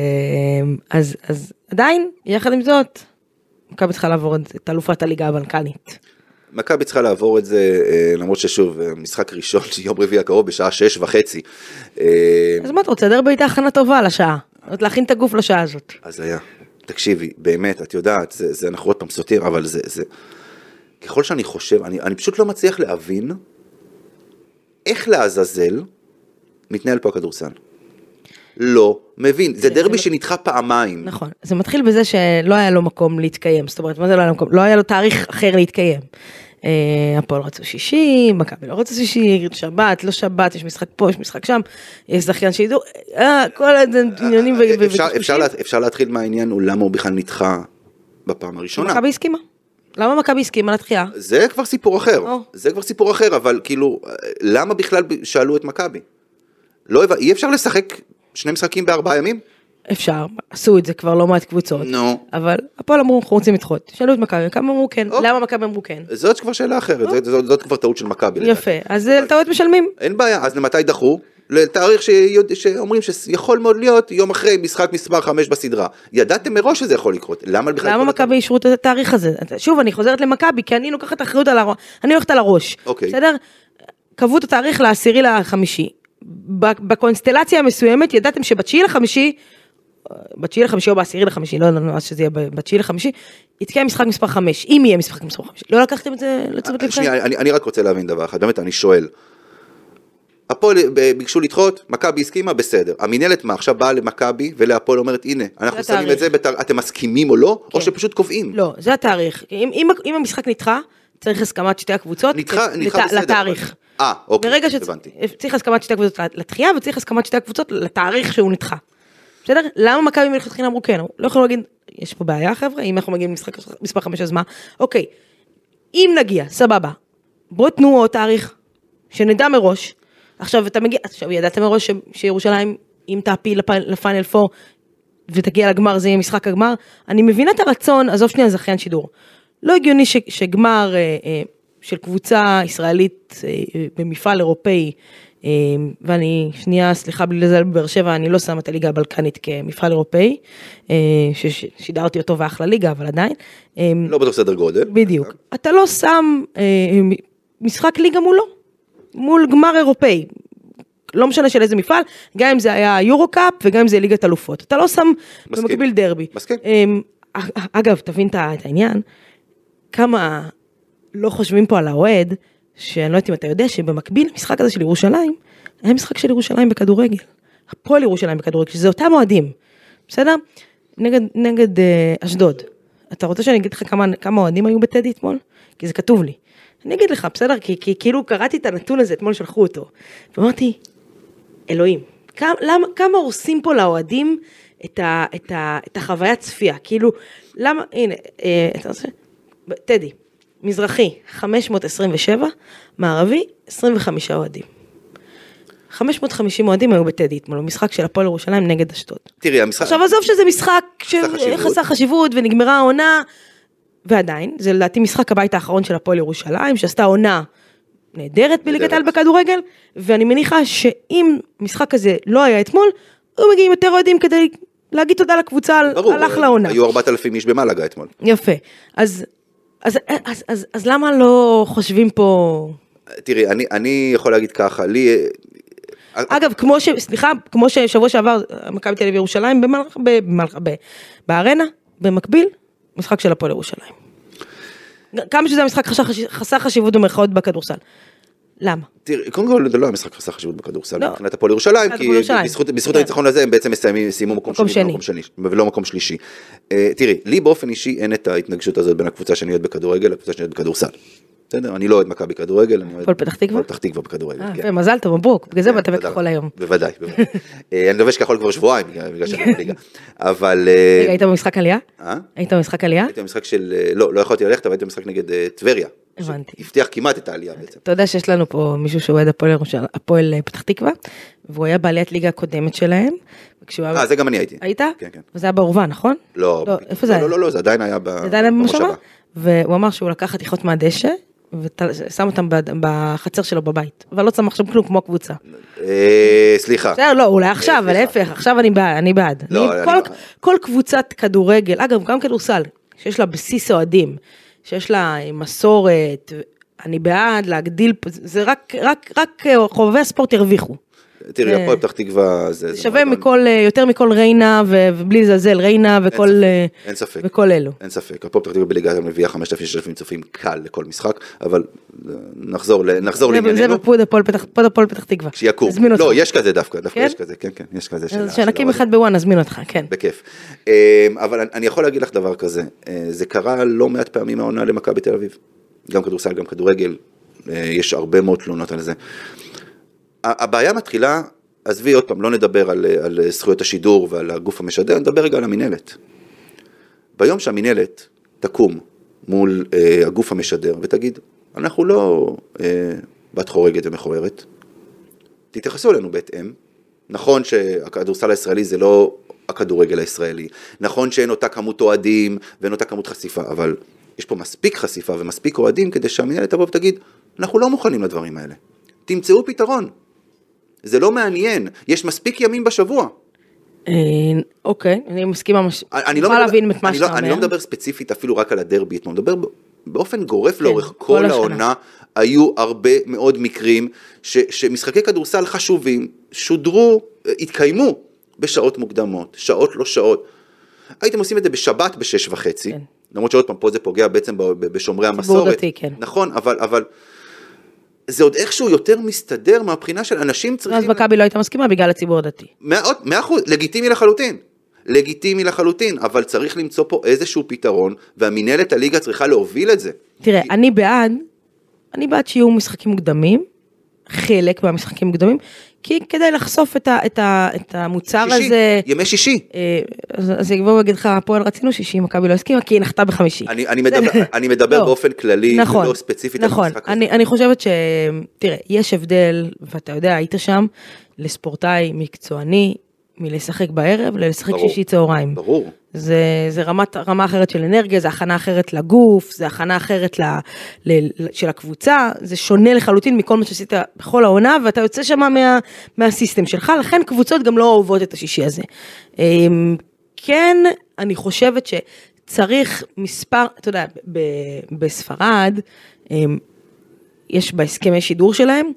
עדיין, יחד עם זאת, מכבי צריכה לעבור את אלופת הליגה הבלקנית.
מכבי צריכה לעבור את זה, למרות ששוב, משחק ראשון יום רביעי הקרוב בשעה 6:30.
אז מה אתה רוצה, דרבי הייתה הכנה טובה לשעה, להכין את הגוף לשעה הזאת.
אז היה, תקשיבי, באמת, את יודעת, אנחנו עוד פעם סותיר, אבל זה, ככל שאני חושב, אני פשוט לא מצליח להבין, איך לעזאזל מתנהל פה הכדורסל. לא מבין, זה דרבי שנדחה פעמיים.
נכון, זה מתחיל בזה שלא היה לו מקום להתקיים, זאת אומרת, מה זה לא היה לו מקום? לא היה לו תאריך אחר להתקיים. הפועל רצו שישי, מכבי לא רצו שישי, שבת, לא שבת, יש משחק פה, יש משחק שם, יש זכיין שידור, כל העניינים
אפשר להתחיל מהעניין, הוא למה הוא בכלל נדחה בפעם הראשונה.
מכבי הסכימה. למה מכבי הסכימה לתחייה?
זה כבר סיפור אחר, זה כבר סיפור אחר, אבל כאילו, למה בכלל שאלו את מכבי? אי אפשר לשחק 2 משחקים ב4 ימים?
אפשר, עשו את זה כבר לא מעט קבוצות, אבל הפועל אמרו, אנחנו רוצים לדחות, שאלו את מכבי, כמה אמרו כן, למה מכבי אמרו כן?
זאת כבר שאלה אחרת, זאת כבר טעות של מכבי.
יפה, אז טעות משלמים.
אין בעיה, אז למתי דחו? לתאריך שאומרים שיכול מאוד להיות יום אחרי משחק מספר 5 בסדרה. ידעתם מראש שזה יכול לקרות, למה
מכבי אישרו את התאריך הזה? שוב, אני חוזרת למכבי, כי אני לוקחת אחריות על הראש, אני הולכת על הראש, בסדר? קבעו את התאריך ל10.5. בקונסטלציה המסוימת, ידעתם שב9.5, או ב10.5, לא יודעת שזה יהיה ב9.5, יתקיים משחק מספר 5, אם יהיה משחק מספר 5. לא לקחתם את זה לצוות לבכם?
שנייה, אני רק רוצה להבין דבר אחד, באמת אני שואל, הפועל ביקשו לדחות, מכבי הסכימה, בסדר. המנהלת מה, עכשיו באה למכבי ולהפועל אומרת, הנה, אנחנו שמים את זה, אתם מסכימים או לא, או שפשוט קובעים?
לא, זה התאריך. אם המשחק נדחה, צריך הסכמת שתי הקבוצות לתאריך.
אוקיי,
הבנתי. צריך הסכמת שתי הקבוצות לתחייה, וצריך הסכמת שתי הקבוצות לתאריך שהוא נדחה. בסדר? למה מכבי מלכתחילה אמרו כן? לא יכולים להגיד, יש פה בעיה חבר'ה, אם אנחנו מגיעים למשחק מספר 5 אז מה? אוקיי, אם נגיע, סבבה, בואו תנו עוד תאריך, שנדע מראש, עכשיו ידעתם מראש שירושלים, אם תעפי לפיינל 4, ותגיע לגמר, זה יהיה משחק הגמר, אני מבינה את הרצון, עזוב שנייה זכיין שידור, לא הגיוני שגמר של קבוצה ישראלית במפעל אירופאי, ואני שנייה, סליחה בלי לזלזל בבאר שבע, אני לא שמה את הליגה הבלקנית כמפעל אירופאי, ששידרתי אותו ואחלה ליגה, אבל עדיין.
לא בטוח סדר גודל.
בדיוק. אתה לא שם משחק ליגה מולו, מול גמר אירופאי. לא משנה של איזה מפעל, גם אם זה היה יורו-קאפ וגם אם זה ליגת אלופות. אתה לא שם במקביל דרבי.
מסכים.
אגב, תבין את העניין, כמה לא חושבים פה על האוהד, שאני לא יודעת אם אתה יודע שבמקביל המשחק הזה של ירושלים, היה משחק של ירושלים בכדורגל. הפועל ירושלים בכדורגל, שזה אותם אוהדים. בסדר? נגד אשדוד. אתה רוצה שאני אגיד לך כמה אוהדים היו בטדי אתמול? כי זה כתוב לי. אני אגיד לך, בסדר? כי כאילו קראתי את הנתון הזה, אתמול שלחו אותו. ואמרתי, אלוהים, כמה הורסים פה לאוהדים את החוויית צפייה? כאילו, למה, הנה, אתה רוצה? טדי. מזרחי, 527, מערבי, 25 אוהדים. 550 אוהדים היו בטדי אתמול, משחק של הפועל ירושלים נגד אשדוד.
תראי, המשחק...
עכשיו עזוב שזה משחק שחסר חשיבות ונגמרה העונה, ועדיין, זה לדעתי משחק הבית האחרון של הפועל ירושלים, שעשתה עונה נהדרת בליגת העל בכדורגל, ואני מניחה שאם משחק הזה לא היה אתמול, היו מגיעים יותר אוהדים כדי להגיד תודה לקבוצה על אחלה עונה.
היו 4,000 איש במלאגה אתמול.
יפה, אז למה לא חושבים פה...
תראי, אני יכול להגיד ככה, לי...
אגב, כמו ששבוע שעבר, מכבי תל אביב ירושלים, בארנה, במקביל, משחק של הפועל ירושלים. כמה שזה המשחק חסר חשיבות במרכאות בכדורסל. למה?
תראי, קודם כל, זה לא המשחק חסר חשיבות בכדורסל, מבחינת הפועל ירושלים, כי בזכות הניצחון הזה, הם בעצם סיימו מקום שני, ולא מקום שלישי. תראי, לי באופן אישי אין את ההתנגשות הזאת בין הקבוצה שנהיית בכדורגל לקבוצה שנהיית בכדורסל. בסדר? אני לא אוהד מכבי כדורגל, אני
הפועל פתח תקווה?
הפועל פתח תקווה בכדורגל, כן.
ומזל טוב, מברוק, בגלל זה באת בכחול היום.
בוודאי. אני לובש כחול כבר שבועיים, בגלל שאני בליגה. אבל...
רגע, היית במשחק עלייה? היית במשחק עלייה?
הייתי במשחק של... לא יכולתי ללכת, אבל הייתי במשחק נגד טבריה.
הבנתי.
הבטיח כמעט את העלייה בעצם.
אתה יודע שיש לנו פה מישהו שהוא אוהד הפועל פתח תקווה, והוא היה בעליית ליגה הקודמת שלהם.
זה גם אני הייתי.
היית?
כן, כן.
וזה היה באורווה, נכון?
לא.
איפה זה היה?
לא, זה עדיין היה
זה עדיין היה במושבה? והוא אמר שהוא לקח חתיכות מהדשא, ושם אותם בחצר שלו בבית, אבל לא צמח שם כלום כמו הקבוצה.
סליחה.
לא, אולי עכשיו, אבל להפך, עכשיו אני בעד. כל קבוצת כדורגל, אגב, גם כדורסל, שיש לה בסיס אוהדים, שיש לה מסורת, אני בעד להגדיל, זה רק חובבי הספורט ירוויחו.
תראי, הפועל פתח תקווה זה
שווה יותר מכל ריינה, ובלי לזלזל, ריינה וכל אלו.
אין ספק, הפועל פתח תקווה בליגה מביאה 5,000 צופים קל לכל משחק, אבל נחזור לענייננו.
זה בפוד הפועל פתח תקווה.
שיקום. לא, יש כזה דווקא יש כזה, כן, יש כזה.
שנקים אחד בוואן, נזמין אותך, כן.
בכיף. אבל אני יכול להגיד לך דבר כזה, זה קרה לא מעט פעמים העונה למכבי תל אביב. גם כדורסל, גם כדורגל, יש הרבה מאוד תלונות על זה. הבעיה מתחילה, עזבי עוד פעם, לא נדבר על זכויות השידור ועל הגוף המשדר, נדבר רגע על המנהלת. ביום שהמנהלת תקום מול הגוף המשדר ותגיד, אנחנו לא בת חורגת ומכוערת, תתייחסו אלינו בהתאם. נכון שהכדורסל הישראלי זה לא הכדורגל הישראלי, נכון שאין אותה כמות אוהדים ואין אותה כמות חשיפה, אבל יש פה מספיק חשיפה ומספיק אוהדים כדי שהמנהלת תבוא ותגיד, אנחנו לא מוכנים לדברים האלה. תמצאו פתרון. זה לא מעניין, יש מספיק ימים בשבוע.
אוקיי, אני מסכימה, אני יכולה להבין את מה שאתה אומר.
אני לא מדבר ספציפית אפילו רק על הדרבי, אני מדבר באופן גורף לאורך כל העונה, היו הרבה מאוד מקרים שמשחקי כדורסל חשובים, שודרו, התקיימו בשעות מוקדמות, שעות לא שעות. הייתם עושים את זה בשבת ב6:30, למרות שעוד פעם פה זה פוגע בעצם בשומרי המסורת. נכון, אבל... זה עוד איכשהו יותר מסתדר מהבחינה של אנשים צריכים...
אז מכבי לא הייתה מסכימה בגלל הציבור הדתי.
100%, לגיטימי לחלוטין, אבל צריך למצוא פה איזשהו פתרון, והמנהלת הליגה צריכה להוביל את זה.
תראה, אני בעד שיהיו משחקים מוקדמים, חלק מהמשחקים מוקדמים, כי כדי לחשוף את המוצר הזה...
ימי שישי.
אז יגבור ויגיד לך, הפועל רצינו שישי, מכבי לא הסכימה, כי היא נחתה בחמישי.
אני מדבר באופן כללי, ולא ספציפית על המשחק הזה.
אני חושבת תראה, יש הבדל, ואתה יודע, היית שם, לספורטאי מקצועני, מלשחק בערב, ללשחק שישי צהריים.
ברור.
זה רמה אחרת של אנרגיה, זה הכנה אחרת לגוף, זה הכנה אחרת של הקבוצה, זה שונה לחלוטין מכל מה שעשית בכל העונה, ואתה יוצא שם מהסיסטם שלך, לכן קבוצות גם לא אוהבות את השישי הזה. כן, אני חושבת שצריך מספר, אתה יודע, בספרד, יש בהסכמי שידור שלהם,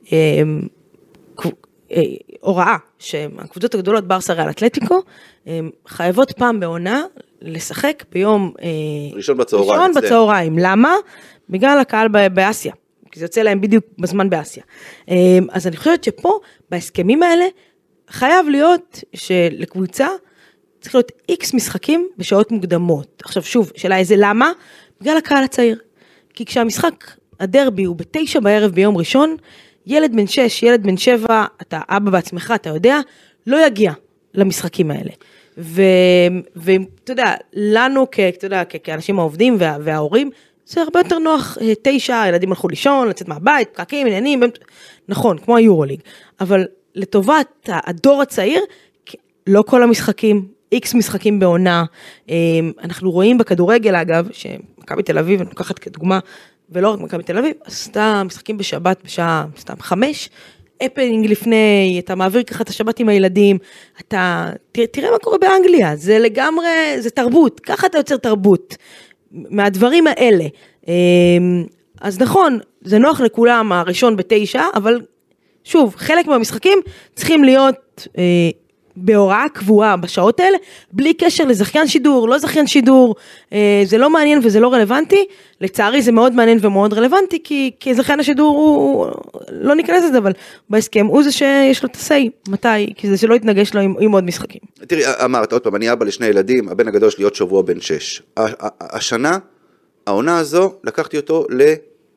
הוראה שהקבוצות הגדולות ברסה ריאל אתלטיקו חייבות פעם בעונה לשחק ביום
ראשון
בצהריים. למה? בגלל הקהל באסיה, כי זה יוצא להם בדיוק בזמן באסיה. אז אני חושבת שפה בהסכמים האלה חייב להיות שלקבוצה צריך להיות X משחקים בשעות מוקדמות. עכשיו שוב, שאלה איזה למה? בגלל הקהל הצעיר. כי כשהמשחק הדרבי הוא 9 בערב ביום ראשון, ילד בן 6, ילד בן 7, אתה אבא בעצמך, אתה יודע, לא יגיע למשחקים האלה. ואתה יודע, לנו כאנשים העובדים וההורים, זה הרבה יותר נוח, 9, ילדים הלכו לישון, לצאת מהבית, פקקים, עניינים, נכון, כמו היורוליג. אבל לטובת הדור הצעיר, לא כל המשחקים, X משחקים בעונה, אנחנו רואים בכדורגל אגב, שמכבי תל אביב, אני לוקחת כדוגמה, ולא רק מכבי תל אביב, עשתה משחקים בשבת בשעה 5, הפנינג לפני, אתה מעביר ככה את השבת עם הילדים, תראה מה קורה באנגליה, זה לגמרי, זה תרבות, ככה אתה יוצר תרבות, מהדברים האלה. אז נכון, זה נוח לכולם הראשון ב9, אבל שוב, חלק מהמשחקים צריכים להיות בהוראה קבועה בשעות האלה, בלי קשר לזכיין שידור, לא זכיין שידור, זה לא מעניין וזה לא רלוונטי, לצערי זה מאוד מעניין ומאוד רלוונטי, כי זכיין השידור הוא, לא ניכנס לזה, אבל בהסכם הוא זה שיש לו תסי, מתי, כי זה שלא יתנגש לו עם עוד משחקים.
תראי, אמרת עוד פעם, אני אבא לשני ילדים, הבן הגדול שלי עוד שבוע בן 6, השנה, העונה הזו, לקחתי אותו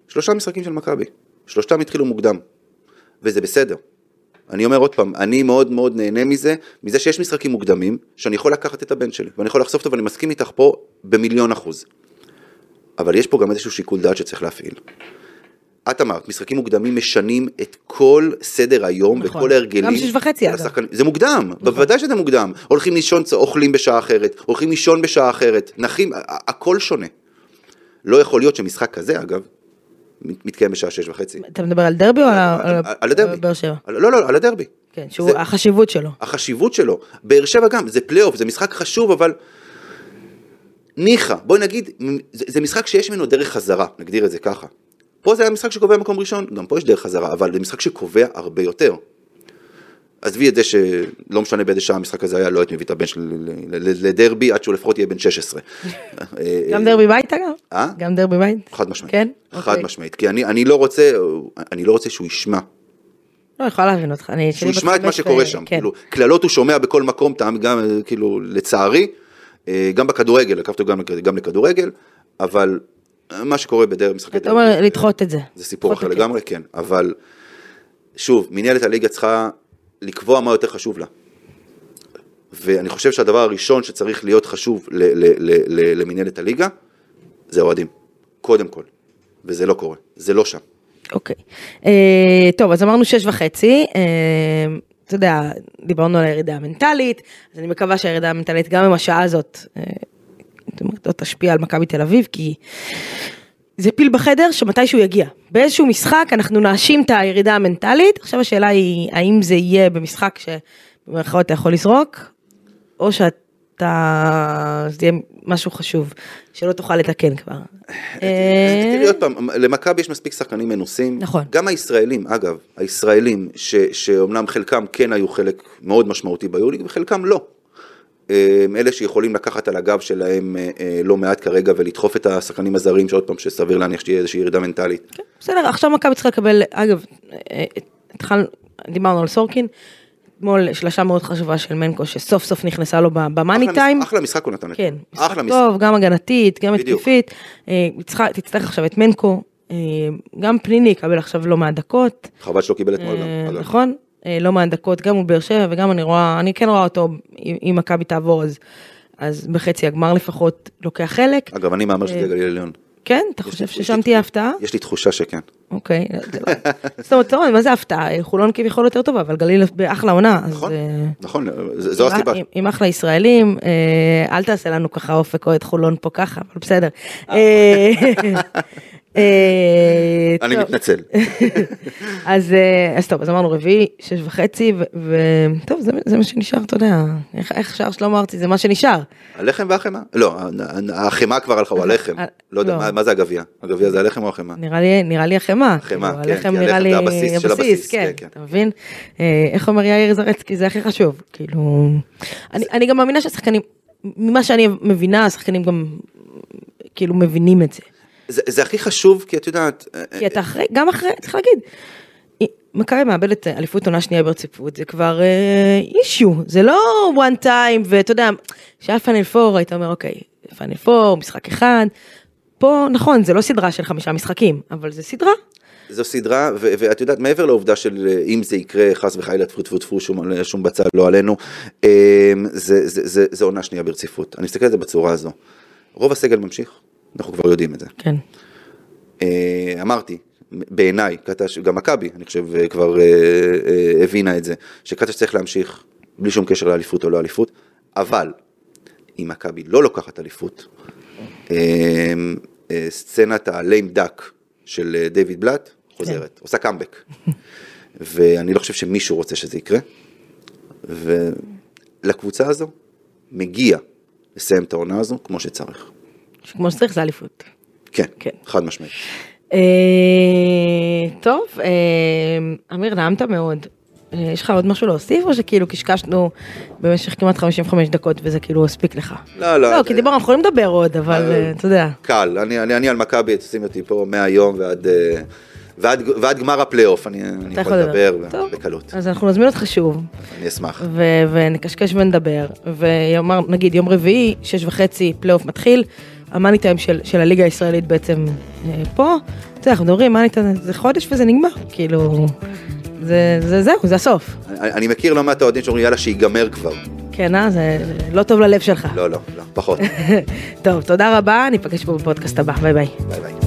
3 משחקים של מכבי, 3 התחילו מוקדם, וזה בסדר. אני אומר עוד פעם, אני מאוד מאוד נהנה מזה שיש משחקים מוקדמים, שאני יכול לקחת את הבן שלי, ואני יכול לחשוף אותו, ואני מסכים איתך פה ב1,000,000%. אבל יש פה גם איזשהו שיקול דעת שצריך להפעיל. את אמרת, משחקים מוקדמים משנים את כל סדר היום,
נכון.
וכל ההרגלים.
גם 6:30 אגב.
זה מוקדם, נכון. בוודאי שזה מוקדם. הולכים לישון, אוכלים בשעה אחרת, הולכים לישון בשעה אחרת, נחים, הכל שונה. לא יכול להיות שמשחק כזה, אגב, מתקיים בשעה 6:30.
אתה מדבר על דרבי או
על הדרבי?
באר שבע?
לא, על הדרבי.
כן, שהוא החשיבות שלו.
החשיבות שלו. באר שבע גם, זה פלייאוף, זה משחק חשוב, אבל ניחה, בואי נגיד, זה משחק שיש ממנו דרך חזרה, נגדיר את זה ככה. פה זה היה משחק שקובע מקום ראשון, גם פה יש דרך חזרה, אבל זה משחק שקובע הרבה יותר. עזבי את זה שלא משנה באיזה שעה המשחק הזה היה, לא הייתי מביא את הבן שלי לדרבי, עד שהוא לפחות יהיה בן 16.
גם דרבי בית אגב? גם דרבי בית?
חד משמעית.
כן?
חד משמעית, כי אני לא רוצה שהוא ישמע.
לא, יכולה להבין אותך.
שהוא ישמע את מה שקורה שם. כללות הוא שומע בכל מקום, גם כאילו לצערי, גם בכדורגל, לקחתו גם לכדורגל, אבל מה שקורה בדרך משחקי
אתה אומר לדחות את זה.
זה סיפור אחר לגמרי, כן. אבל שוב, מנהלת הליגה צריכה לקבוע מה יותר חשוב לה. ואני חושב שהדבר הראשון שצריך להיות חשוב למנהלת הליגה, זה אוהדים. קודם כל. וזה לא קורה. זה לא שם.
אוקיי. טוב, אז אמרנו 6:30. אתה יודע, דיברנו על הירידה המנטלית, אז אני מקווה שהירידה המנטלית גם עם השעה הזאת, לא תשפיע על מכבי תל אביב, כי זה פיל בחדר שמתישהו יגיע. באיזשהו משחק אנחנו נאשים את הירידה המנטלית, עכשיו השאלה היא, האם זה יהיה במשחק שבמרכאות אתה יכול לזרוק, או זה יהיה משהו חשוב, שלא תוכל לתקן כבר.
תראי עוד פעם, למכבי יש מספיק שחקנים מנוסים,
נכון.
גם הישראלים, אגב, הישראלים, שאומנם חלקם כן היו חלק מאוד משמעותי ביולי, וחלקם לא. אלה שיכולים לקחת על הגב שלהם לא מעט כרגע, ולדחוף את השחקנים הזרים, שעוד פעם שסביר להניח שתהיה איזושהי ירידה מנטלית.
בסדר, עכשיו מכבי צריכה לקבל, אגב, דיברנו על סורקין, אתמול שלשה מאוד חשובה של מנקו, שסוף סוף נכנסה לו במאני טיים.
אחלה משחק הוא נתן.
כן, משחק טוב, גם הגנתית, גם התקפית. תצטרך עכשיו את מנקו, גם פניני יקבל עכשיו לא מהדקות.
חבל שלא קיבל אתמול גם.
נכון, לא מהדקות, גם הוא באר שבע, וגם אני כן רואה אותו, אם מכבי תעבור, אז בחצי הגמר לפחות לוקח חלק.
אגב, אני מאמר שזה גליל עליון.
כן? אתה חושב ששם תהיה הפתעה?
יש לי תחושה שכן.
אוקיי. זאת אומרת, מה זה הפתעה? חולון כביכול יותר טובה, אבל גליל באחלה עונה.
נכון, זו הסיבה.
עם אחלה ישראלים, אל תעשה לנו ככה אופק או את חולון פה ככה, אבל בסדר.
אני מתנצל.
אז טוב, אז אמרנו רביעי, 6:30, וטוב, זה מה שנשאר, אתה יודע, איך שר שלמה ארצי, זה מה שנשאר.
הלחם והחמה? לא, החמה כבר הלכה, הוא הלחם. לא יודע, מה זה הגביע? הגביע זה הלחם או החמה?
נראה לי החמה.
החמה, כן,
הלחם נראה לי
הבסיס של הבסיס,
כן, אתה מבין? איך אומר יאיר זרצקי, זה הכי חשוב. כאילו, אני גם מאמינה שהשחקנים, ממה שאני מבינה, השחקנים גם כאילו מבינים את זה.
זה הכי חשוב, כי את יודעת...
כי אתה אחרי, גם אחרי, צריך להגיד, מכבי מאבדת אליפות עונה שנייה ברציפות, זה כבר אישיו, זה לא one time, ואתה יודע, שהיה פאנל פור, היית אומר, אוקיי, פאנל פור, משחק אחד, פה, נכון, זה לא סדרה של 5 משחקים, אבל זה סדרה.
זו סדרה, ואת יודעת, מעבר לעובדה של אם זה יקרה, חס וחלילה, טפו, שום בצד לא עלינו, זה עונה שנייה ברציפות. אני מסתכל על זה בצורה הזו. רוב הסגל ממשיך. אנחנו כבר יודעים את זה.
כן.
אמרתי, בעיניי, גם מכבי, אני חושב, כבר הבינה את זה, שקטש צריך להמשיך בלי שום קשר לאליפות או לא אליפות, אבל אם מכבי לא לוקחת אליפות, סצנת הליים דק של דיוויד בלאט חוזרת, עושה קאמבק. ואני לא חושב שמישהו רוצה שזה יקרה, ולקבוצה הזו מגיע לסיים את העונה הזו כמו שצריך.
כמו שצריך זה אליפות.
כן, חד משמעית.
טוב, אמיר, נעמת מאוד. יש לך עוד משהו להוסיף, או שכאילו קשקשנו במשך כמעט 55 דקות, וזה כאילו הספיק לך? לא, כי דיברנו, אנחנו יכולים לדבר עוד, אבל אתה יודע.
קל, אני על מכבי, תשים אותי פה מהיום ועד גמר הפלייאוף, אני יכול לדבר בקלות. אז
אנחנו נזמין אותך שוב.
אני אשמח.
ונקשקש ונדבר, ונגיד יום רביעי, 6:30, פלייאוף מתחיל, המאני טיים של הליגה הישראלית בעצם פה, אנחנו מדברים, זה חודש וזה נגמר, כאילו, זהו, זה הסוף.
אני מכיר לא מעט האוהדים שאומרים, יאללה, שיגמר כבר.
כן, זה לא טוב ללב שלך.
לא, פחות.
טוב, תודה רבה, ניפגש פה בפודקאסט הבא, ביי ביי.
ביי ביי.